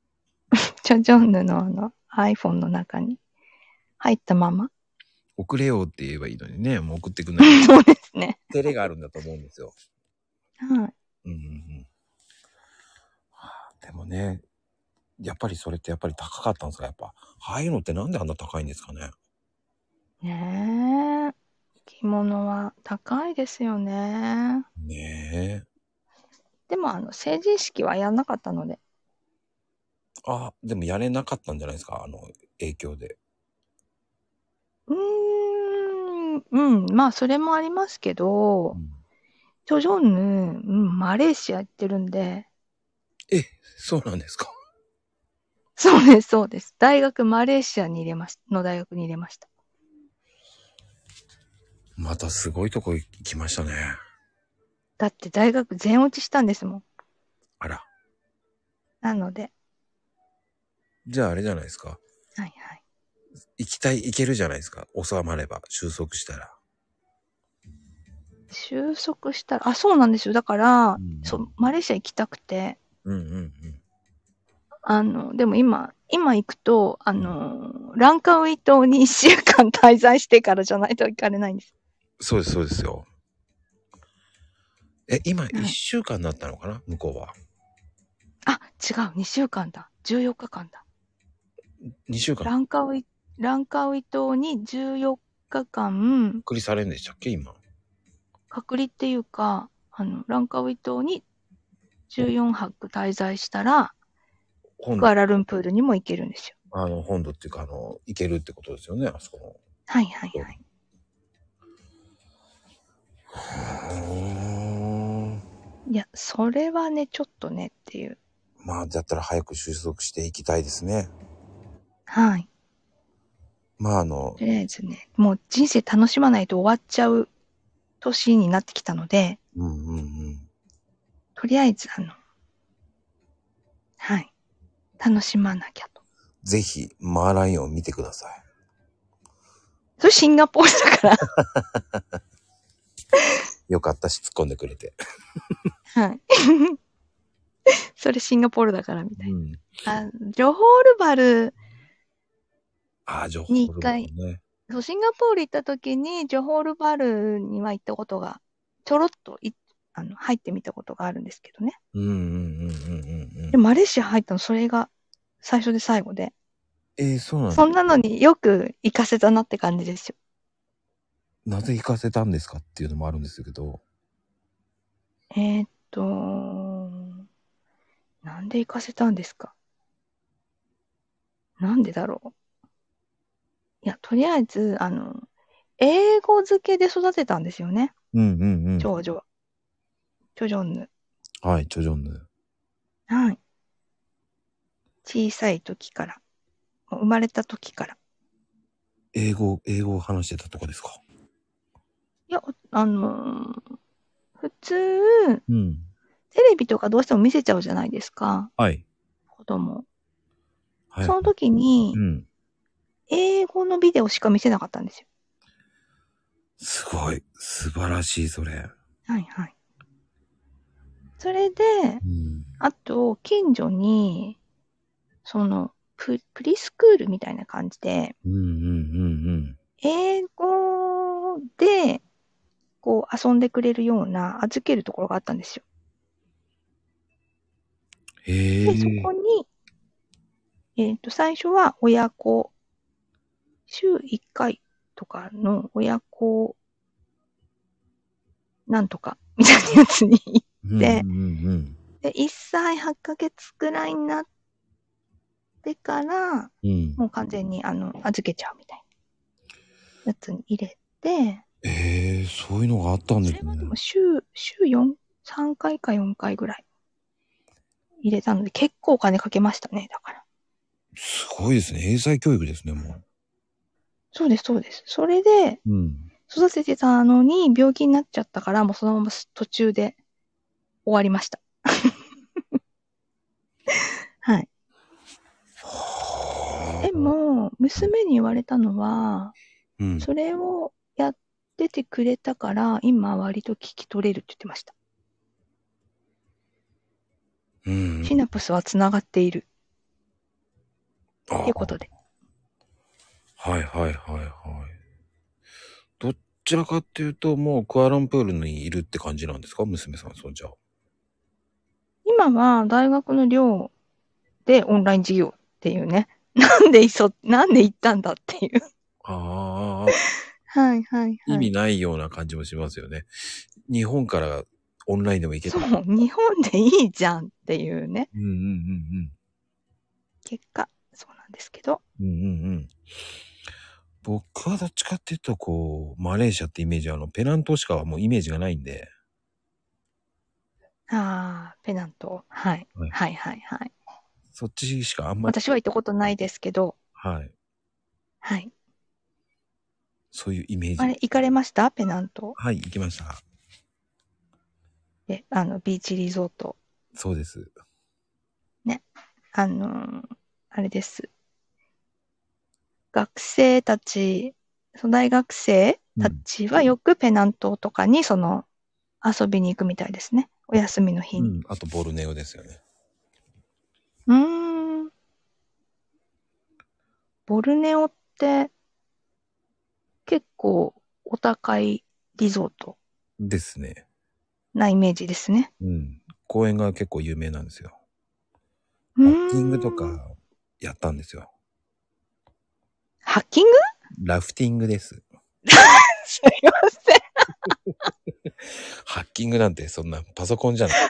iPhone の中に入ったまま。 送れよって言えばいいのにね、もう送ってくんない。 そうですね。 照れがあるんだと思うんですよ。 はい。 でもね、やっぱりそれってやっぱり高かったんですか？やっぱ。ああいうのってなんであんな高いんですかね？ ねえ。着物は高いですよね。 ねえ。 でも、成人式はやんなかったので。 でもやれなかったんじゃないですか？影響で。 まあ、それもありますけど、チョジョンヌ、マレーシア行ってるんで。 そうなんですか？ そうです、そうです。大学マレーシアの大学に入れました。 またすごいとこ行きましたね。 だって大学全落ちしたんですもん。 あら。 なので。 じゃああれじゃないですか。行けるじゃないですか。収まれば、収束したら。 収束したら、そうなんですよ。だから、マレーシア行きたくて。でも今行くと、ランカウイ島に1週間滞在してからじゃないと行かれないんです。 そうです、そうですよ。今うん 1週間になったのかな向こうは。 あ、違う、2週間だ。14日間だ。 2週間ランカウイ、ランカウイ島に14日間、 隔離されんでしたっけ今。 隔離っていうか、ランカウイ島に14泊滞在したら、クアラルンプールにも行けるんですよ。 本土っていうか、行けるってことですよね、あそこの。 はいはいはい。いや、それはね、ちょっとねっていう。 まあ、だったら早く収束していきたいですね。 はい。 まあ、 とりあえずね、もう人生楽しまないと終わっちゃう年になってきたので、 うんうんうん。 とりあえずはい。楽しまなきゃと。 ぜひ、マーライオンを見てください。 それシンガポールだから。 よかったし、突っ込んでくれて。 はい。それシンガポールだからみたいうん。 な。ジョホールバル情報に一ルバル回、 ね。 そう、シンガポール行った時に、ジョホールバルには行ったことが、ちょろっと入ってみたことがあるんですけどね。 うんうんうんうんうんで、マレーシア入ったの、それが最初で最後で。 そうなんですか。 そんなのによく行かせたなって感じですよ。 なぜ行かせたんですかっていうのもあるんですけど。 えーっと、なんで行かせたんですか？なんでだろう。いや、とりあえず、英語漬けで育てたんですよね。 うんうんうん。 長女は。長女ヌ。 はい、チョジョンヌ。 はい。小さい時から。もう生まれた時から。 英語を話してたとかですか？ いや、普通、 うん。 テレビとかどうしても見せちゃうじゃないですか。 はい。 子供。 はい。 その時に、 うん。 英語のビデオしか見せなかったんですよ。 すごい。素晴らしい、それ。 はいはい。それで、 うん。 あと、近所に、プリスクールみたいな感じで、 うんうんうんうん。 英語で、こう、遊んでくれるような、預けるところがあったんですよ。で、そこへえ。 に、最初は親子、週1回とかの親子、なんとか、みたいなやつに行っうんうんて、 うんで、1歳8ヶ月くらいになってから、 うん。うん。 もう完全に、預けちゃうみたいなやつに入れて、 そういうのがあったんですね。 それはでも週4、3回か4回ぐらい入れたので、結構お金かけましたね、だから。 すごいですね。英才教育ですね、もう。 そうです、そうです。それで、 うん。 育ててたのに病気になっちゃったから、もうそのまま途中で終わりました。はい。でも、娘に言われたのは、 うん。 それをやっててくれたから、今割と聞き取れるって言ってました。 うん。 シナプスは繋がっているあっていうことで。 はいはいはいはい。どちらかっていうと、もうクアランプールにいるって感じなんですか娘さん、そうじゃあ。 今は大学の寮でオンライン授業っていうね。なんで行ったんだっていう。 ああ、 はいはいはい。 意味ないような感じもしますよね。日本からオンラインでも行けた。 そう、日本でいいじゃんっていうね。 うんうん結果、そうなんですけど。 うんうん。うんうんうん。僕はどっちかっていうと、マレーシアってイメージは、ペナントしかもうイメージがないんで、 ペナント。はい。 はい。 はいはいはい。 そっちしかあんまり、 私は行ったことないですけど、 はい。 はい。 そういうイメージ。 あれ、行かれましたペナント。 はい、行きました。 で、ビーチリゾート。 そうです。 ね。あのーあれです。学生たち、大学生たうん。 ちはよくペナントとかに、遊びに行くみたいですね。お休みの日に。 うん。あと、ボルネオですよね。 うーん。ボルネオって結構お高いリゾートですね。 なイメージですね。 うん。公園が結構有名なんですよ。 うラフティングとーん。 かやったんですよ。 ハッキングラフティングです。 すいません。 ハッキングなんてそんなパソコンじゃない。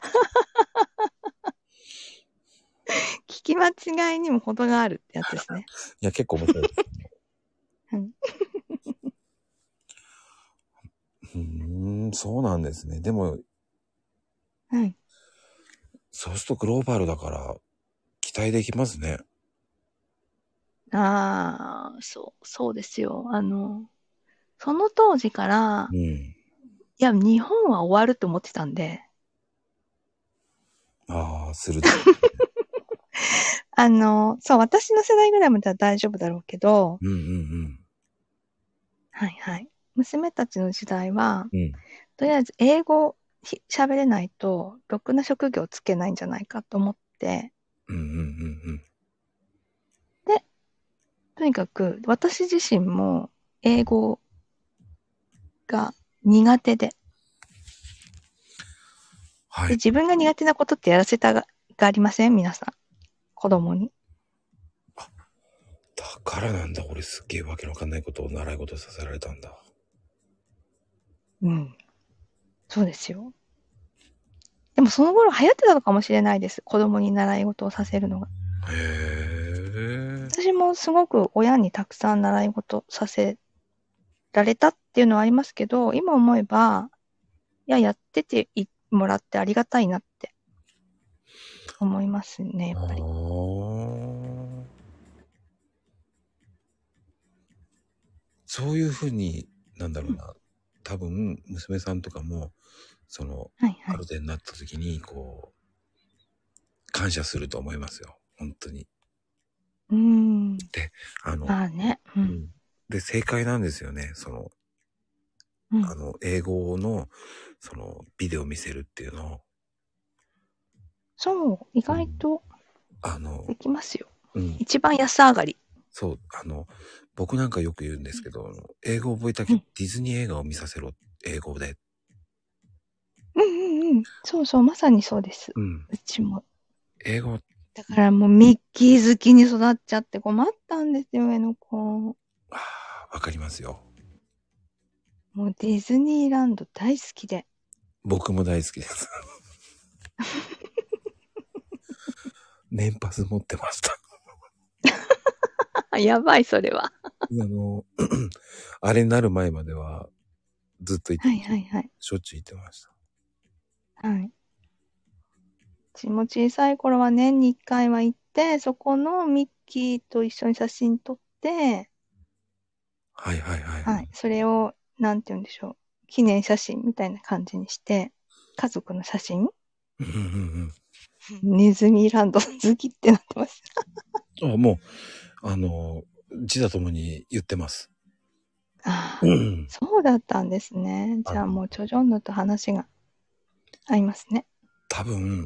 聞き間違いにも程があるってやつですね。 いや、結構面白いです。 うん。 そうなんですね。でも、 はい。 そうするとグローバルだから期待できますね。 ああ、そうですよ。その当時から、 うん。 いや、日本は終わると思ってたんで、 ああ、鋭い。 そう、私の世代ぐらいまでは大丈夫だろうけど、 うんはいはい。娘たちの時代は、 うん。うん。 とりあえず英語喋れないと、ろくな職業つけないんじゃないかと思って、 うんうんうんで、とにかく私自身も英語が苦手で、で、 はい。 自分が苦手なことってやらせたがありません皆さん。子供に。 だからなんだ。俺すっげえわけのわかんないことを習い事させられたんだ。 うん。そうですよ。でもその頃流行ってたのかもしれないです。子供に習い事をさせるのが。 へえ。 私もすごく親にたくさん習い事させられたっていうのはありますけど、今思えば、いや、やっててもらってありがたいなって思いますね、やっあぱり。 あ。そういうふうに、なんだろうん。 うな。多分、娘さんとかも、その、あるはいはい。 程度になった時に、こう、感謝すると思いますよ。本当に。 うーん。 で、あの、 まあね。うん。 うん。で、正解なんですよね。 うん。 英語の、ビデオ見せるっていうのを、 そう、意うん。 外とあの、 できますよ。 うん。 一番安上がり。 そう、僕なんかよく言うんですけど、英語を覚えたきゃうん。 ディズニー映画を見させろ。英語で。 うんうんうん。そうそう、まさにそうです。 うん。 うちも。 英語、 だからもうミッキー好きに育っちゃって困ったんですよ、上の子。 わかりますよ。 もうディズニーランド大好きで。 僕も大好きです。年パス持ってました。 やばい、それは。 あれになる前までは、ずっと行って、 はいはいはい。 しょっちゅう行ってました。 はい。うちも小さい頃は年に1回は行って、そこのミッキーと一緒に写真撮って、 はいはいはい。 はい。それを、なんて言うんでしょう。記念写真みたいな感じにして、家族の写真うんうんネズミランド好きってなってます。 うん。もう、自他ともに言ってます。 ああ、 うん。 そうだったんですね。じゃあもうチョジョンヌと話が合いますね。 多分、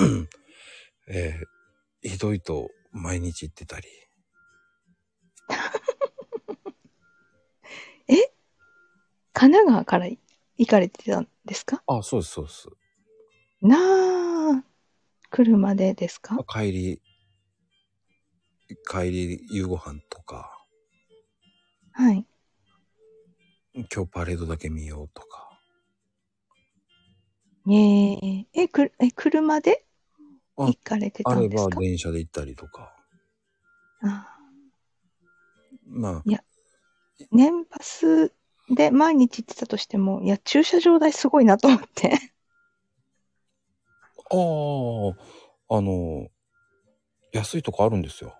ひどいと毎日行ってたり。 え神奈川から行かれてたんですか？ あ、そうです、そうです。 なあ、車でですか？ 帰り夕ご飯とか、 はい。 今日パレードだけ見ようとか。 車であ、 行かれてあれたんですか？ ば電車で行ったりとか。 ああ、 まいや、年パスで毎日行ってたとしても、いや、駐車場代すごいなと思って。 あ、安いとこあるんですよ。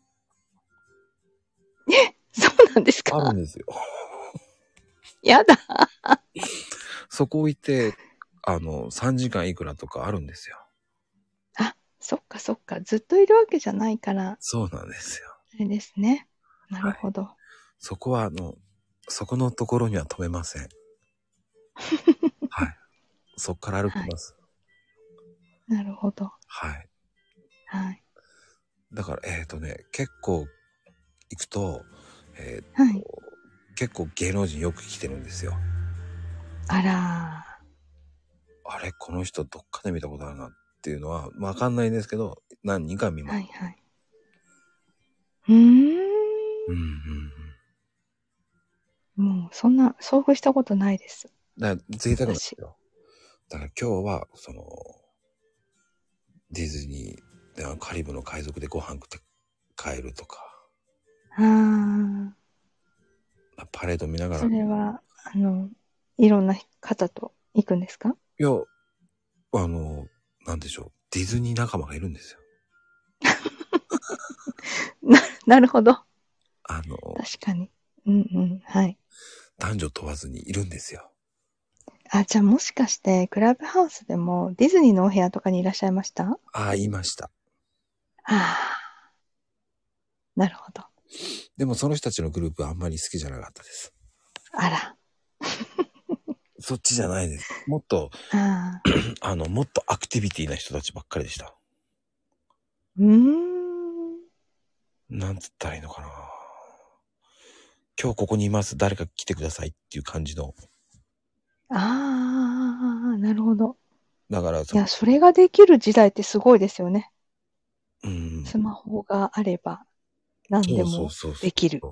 そうなんですか？ あるんですよ。 やだ。 そこ行って、3時間いくらとかあるんですよ。 あ、そっかそっか。ずっといるわけじゃないから、 そうなんですよ。 あれですね。なはい。 るほど。 そこは、そこのところには止めません。はい。そこから歩きはい。 ます。 なるほど。 はい。 はい。 だから、結構行くと、えーっはい。 結構芸能人よく来てるんですよ。 あらあれ、この人どっかで見たことあるなっていうのはわかんないんですけど、何人か見ー。 ます。 はいはい。うーん。 うんうんうん。 もう、そんな、遭遇したことないです。 だから贅沢なんです私。 よ。だから今日は、ディズニーでカリブの海賊でご飯食って帰るとか、 ああ、 パレード見ながら、 それは、いろんな方と行くんですか？ いや、なんでしょう。ディズニー仲間がいるんですよ。 なるほど。 あの、 確かに。うんうん。はい。 男女問わずにいるんですよ。 あ、じゃあもしかして、クラブハウスでもディズニーのお部屋とかにいらっしゃいました？ ああ、言いました。 ああ、なるほど。 でもその人たちのグループはあんまり好きじゃなかったです。 あら。 そっちじゃないです。もっと、 ああ。 もっとアクティビティな人たちばっかりでした。 うーん。 なんつったらいいのかな。今日ここにいます。誰か来てくださいっていう感じの。 ああ、なるほど。 だから、 いや、それができる時代ってすごいですよね。 うん。 スマホがあれば何そうそうでもそうそできる。 う。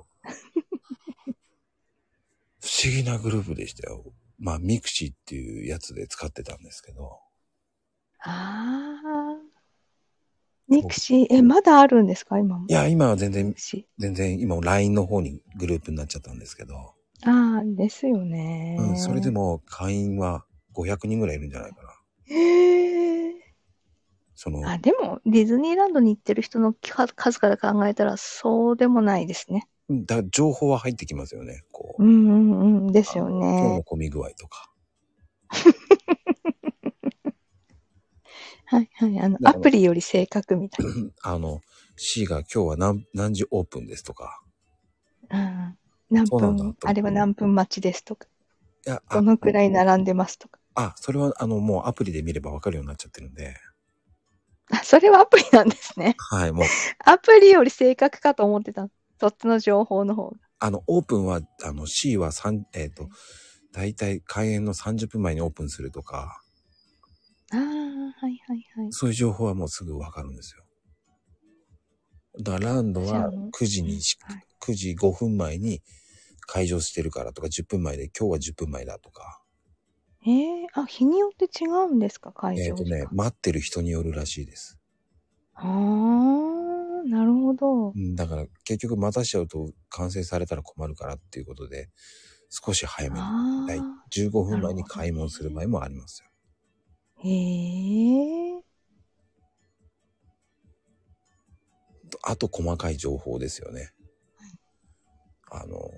不思議なグループでしたよ。まあ、ミクシーっていうやつで使ってたんですけど。 ああ、ミクシー、まだあるんですか今も。 いや、今はミクシ全然、今 LINE の方にグループになっちゃったんですけど。 ー。ああ、ですようん、それでね。 も会員は500人ぐらいいるんじゃないかな。 へえ。 その、 あ、でも、ディズニーランドに行ってる人の数から考えたら、そうでもないですね。 情報は入ってきますよね。こう、 うんうんうん。ですよ今日のね。 混み具合とか。 はいはい。 で、 アプリより正確みたい C が今日は何時オープンですとか。 な。うん。何そうなんだ分、 と思って。 あれは何分待ちですとか。 いや、 どのくらい並んでますとか。 それはもうアプリで見ればわかるようになっちゃってるんで。 あ、それはアプリなんですね。 はい、もう、 アプリより正確かと思ってた。そっちの情報の方が。 オープンは、C はだいたい開園の30分前にオープンするとか、 ああ、はいはいはい。 そういう情報はもうすぐわかるんですよ。だからランドはじゃあもう、 9時に、 はい、 9時5分前に開場してるからとか、10分前で今日は10分前だとか。 あ、日によって違うんですか、会場時間。 待ってる人によるらしいです。 ああ、なるほど。 うん、だから結局待たしちゃうと完成されたら困るからっていうことで、少し早めに、 ああ、 15分前になるほど開門する場合もありますよ。 ね。へえ。 あと細かい情報ですよね。あの、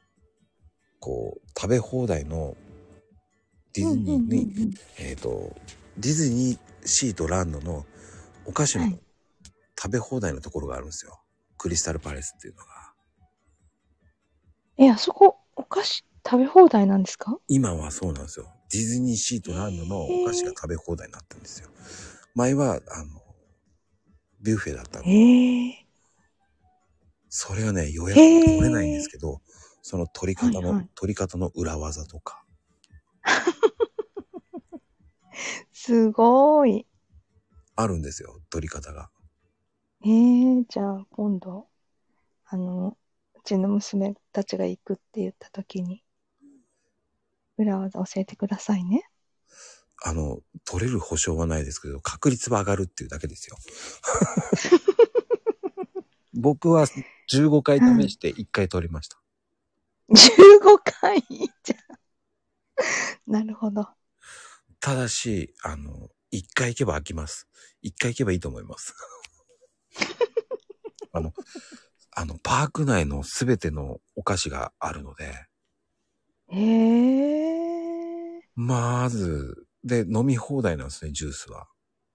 食べ放題のディうんうんうんうズニーに、 ん。 ディズニーシーとランドのお菓子のはい。 食べ放題のところがあるんですよ。クリスタルパレスっていうのが。 あそこ、お菓子食べ放題なんですか？ 今はそうなんですよ。ディズニーシーとランドのお菓子がへえ。 食べ放題になってるんですよ。前は、ビュッフェだったんへで。 え。 それはね、予へ約取れないんですえ。 けど、そのはいはい。 取り方の裏技とか、 すごい。 あるんですよ。取り方が。 じゃあ今度、うちの娘たちが行くって言った時に、裏技教えてくださいね。 取れる保証はないですけど、確率は上がるっていうだけですよ。僕は15回はい。 試して1回取りました。 15回じゃ。なるほど。 ただし、1回行けば飽きます。1回行けばいいと思います。あの、パーク内のすべてのお菓子があるので、 へえ。 まず、で、飲み放題なんですね、ジュースは。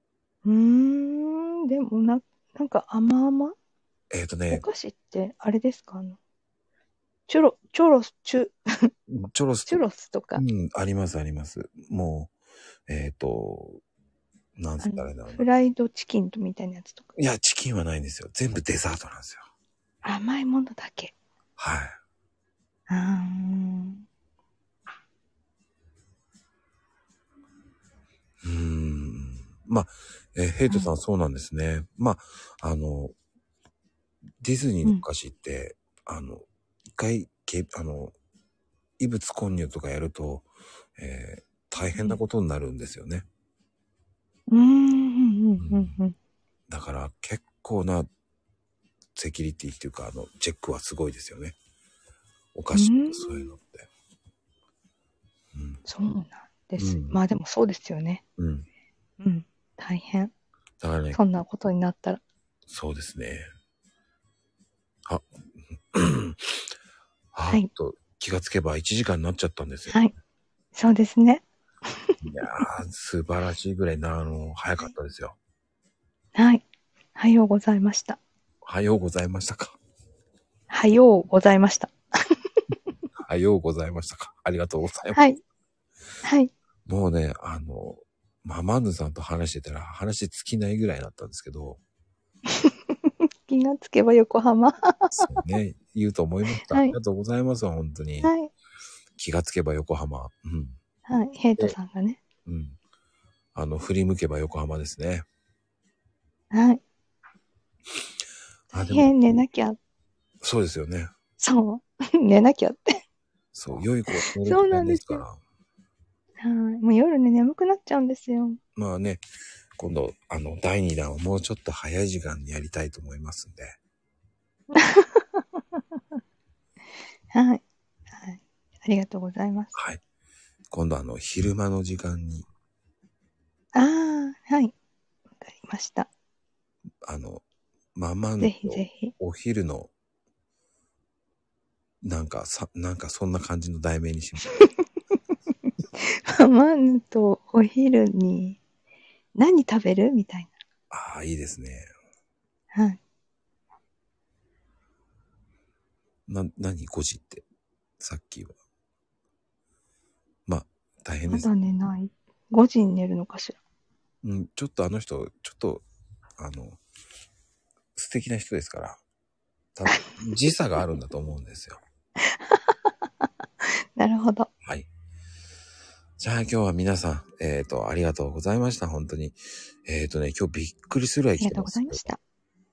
でもなんか甘々おね、 菓子ってあれですか？チョロス、 チョロスと、 チュロスとか、 ありますあります。もう、なんつったらいいんだろうな。 フライドチキンとみたいなやつとか。 いや、チキンはないんですよ。全部デザートなんですよ。 甘いものだけ。 はい。 あーまあ、ヘイトさんそうなんですね。まあ、ディズニーのお菓子って、一回、異物混入とかやると、大変なことになるんですよね。だから結構なセキュリティっていうか、チェックはすごいですよね。お菓子とそういうのって。 そうなんです。まあでもそうですよね。大変。 だからね。 そんなことになったら。 そうですね。 はい。 気がつけば1時間になっちゃったんですよ。 はい。そうですね。 いやー、素晴らしいぐらい早かったですよ。 はい。はようございました。 はようございましたか。 はようございました。 はようございましたか。ありがとうございます。 はい。はい。 もうね、ママンヌさんと話してたら話尽きないぐらいだったんですけど。 気がつけば横浜。 そうね、言うと思いました。はい、ありがとうございます、本当に。はい。気がつけば横浜。 はい。ヘイトさんがね。 振り向けば横浜ですね。 はい。大変寝なきゃ。 そうですよね。 そう。寝なきゃって。 そう、良い子は寝る時間ですから。 はい。もう夜ね、眠くなっちゃうんですよ。 まあね、今度、第2弾をもうちょっと早い時間にやりたいと思いますんで。 はい。はい。ありがとうございます。 はい。今度昼間の時間に。 ああ、はい。わかりました。 ママンぜひぜひ。 お昼の、なんかそんな感じの題名にします。 ママンとお昼に何食べるみたいな。ああ、いいですね。 はい。 何5時って。さっきは。まあ、大変です。 まだ寝ない。5時に寝るのかしら。 ちょっと人、素敵な人ですから。多分、時差があるんだと思うんですよ。 なるほど。 はい。じゃあ今日は皆さん、ありがとうございました。本当に。今日びっくりするぐらい来てます。 ありがとうございました。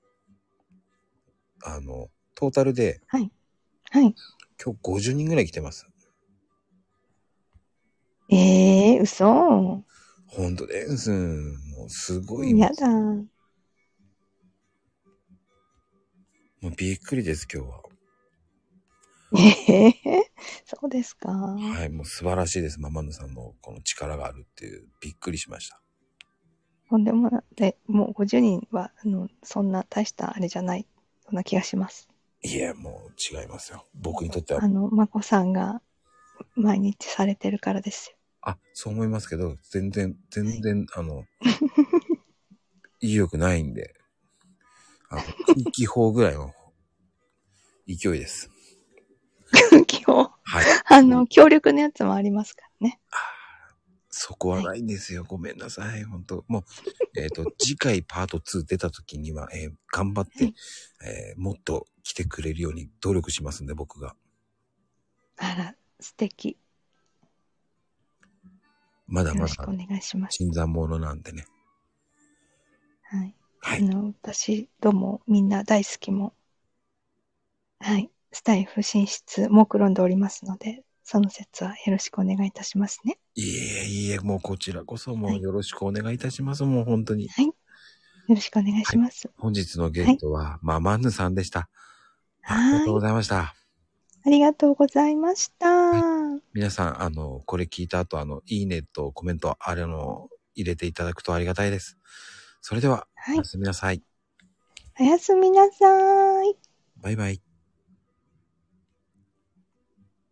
トータルで、 はい。はい。 今日50人ぐらい来てます。 嘘。 本当です。もうすごい。 やだ。 もうびっくりです、今日は。 そうですか。 はい、もう素晴らしいです。ママヌさんのこの力があるっていう、びっくりしました。 とんでもない。もう50人は、そんな大したあれじゃない、そんな気がします。 いや、もう違いますよ。僕にとっては。 まこさんが毎日されてるからですよ。 あ、そう思いますけど、全然、意欲ないんで、空気砲ぐらいの勢いです。 空気砲。はい。強力なやつもありますからね。 そこはないんですよ。はい、ごめんなさい。本当もう、次回パート2出た時には、頑張って、もっと来てくれるように努力しますんで、僕が。 あら、素敵。 まだまだ。 よろしくお願いします。 新参者なんでね。 はい。 はい。 私どもみんな大好きも、はい。スタイフ進出、目論んでおりますので、その説はよろしくお願いいたしますね。 いえ、もうこちらこそもうよろしくお願いいたします。はい、もう本当に。 はい。よろしくお願いします。 はい、本日のゲストは、ママンヌさんでした。ありがとうございました。 ありがとうございました。はい、 皆さん、これ聞いた後、いいねとコメント、入れていただくとありがたいです。それでは、おやすみなさい。 おやすみなさい。 バイバイ。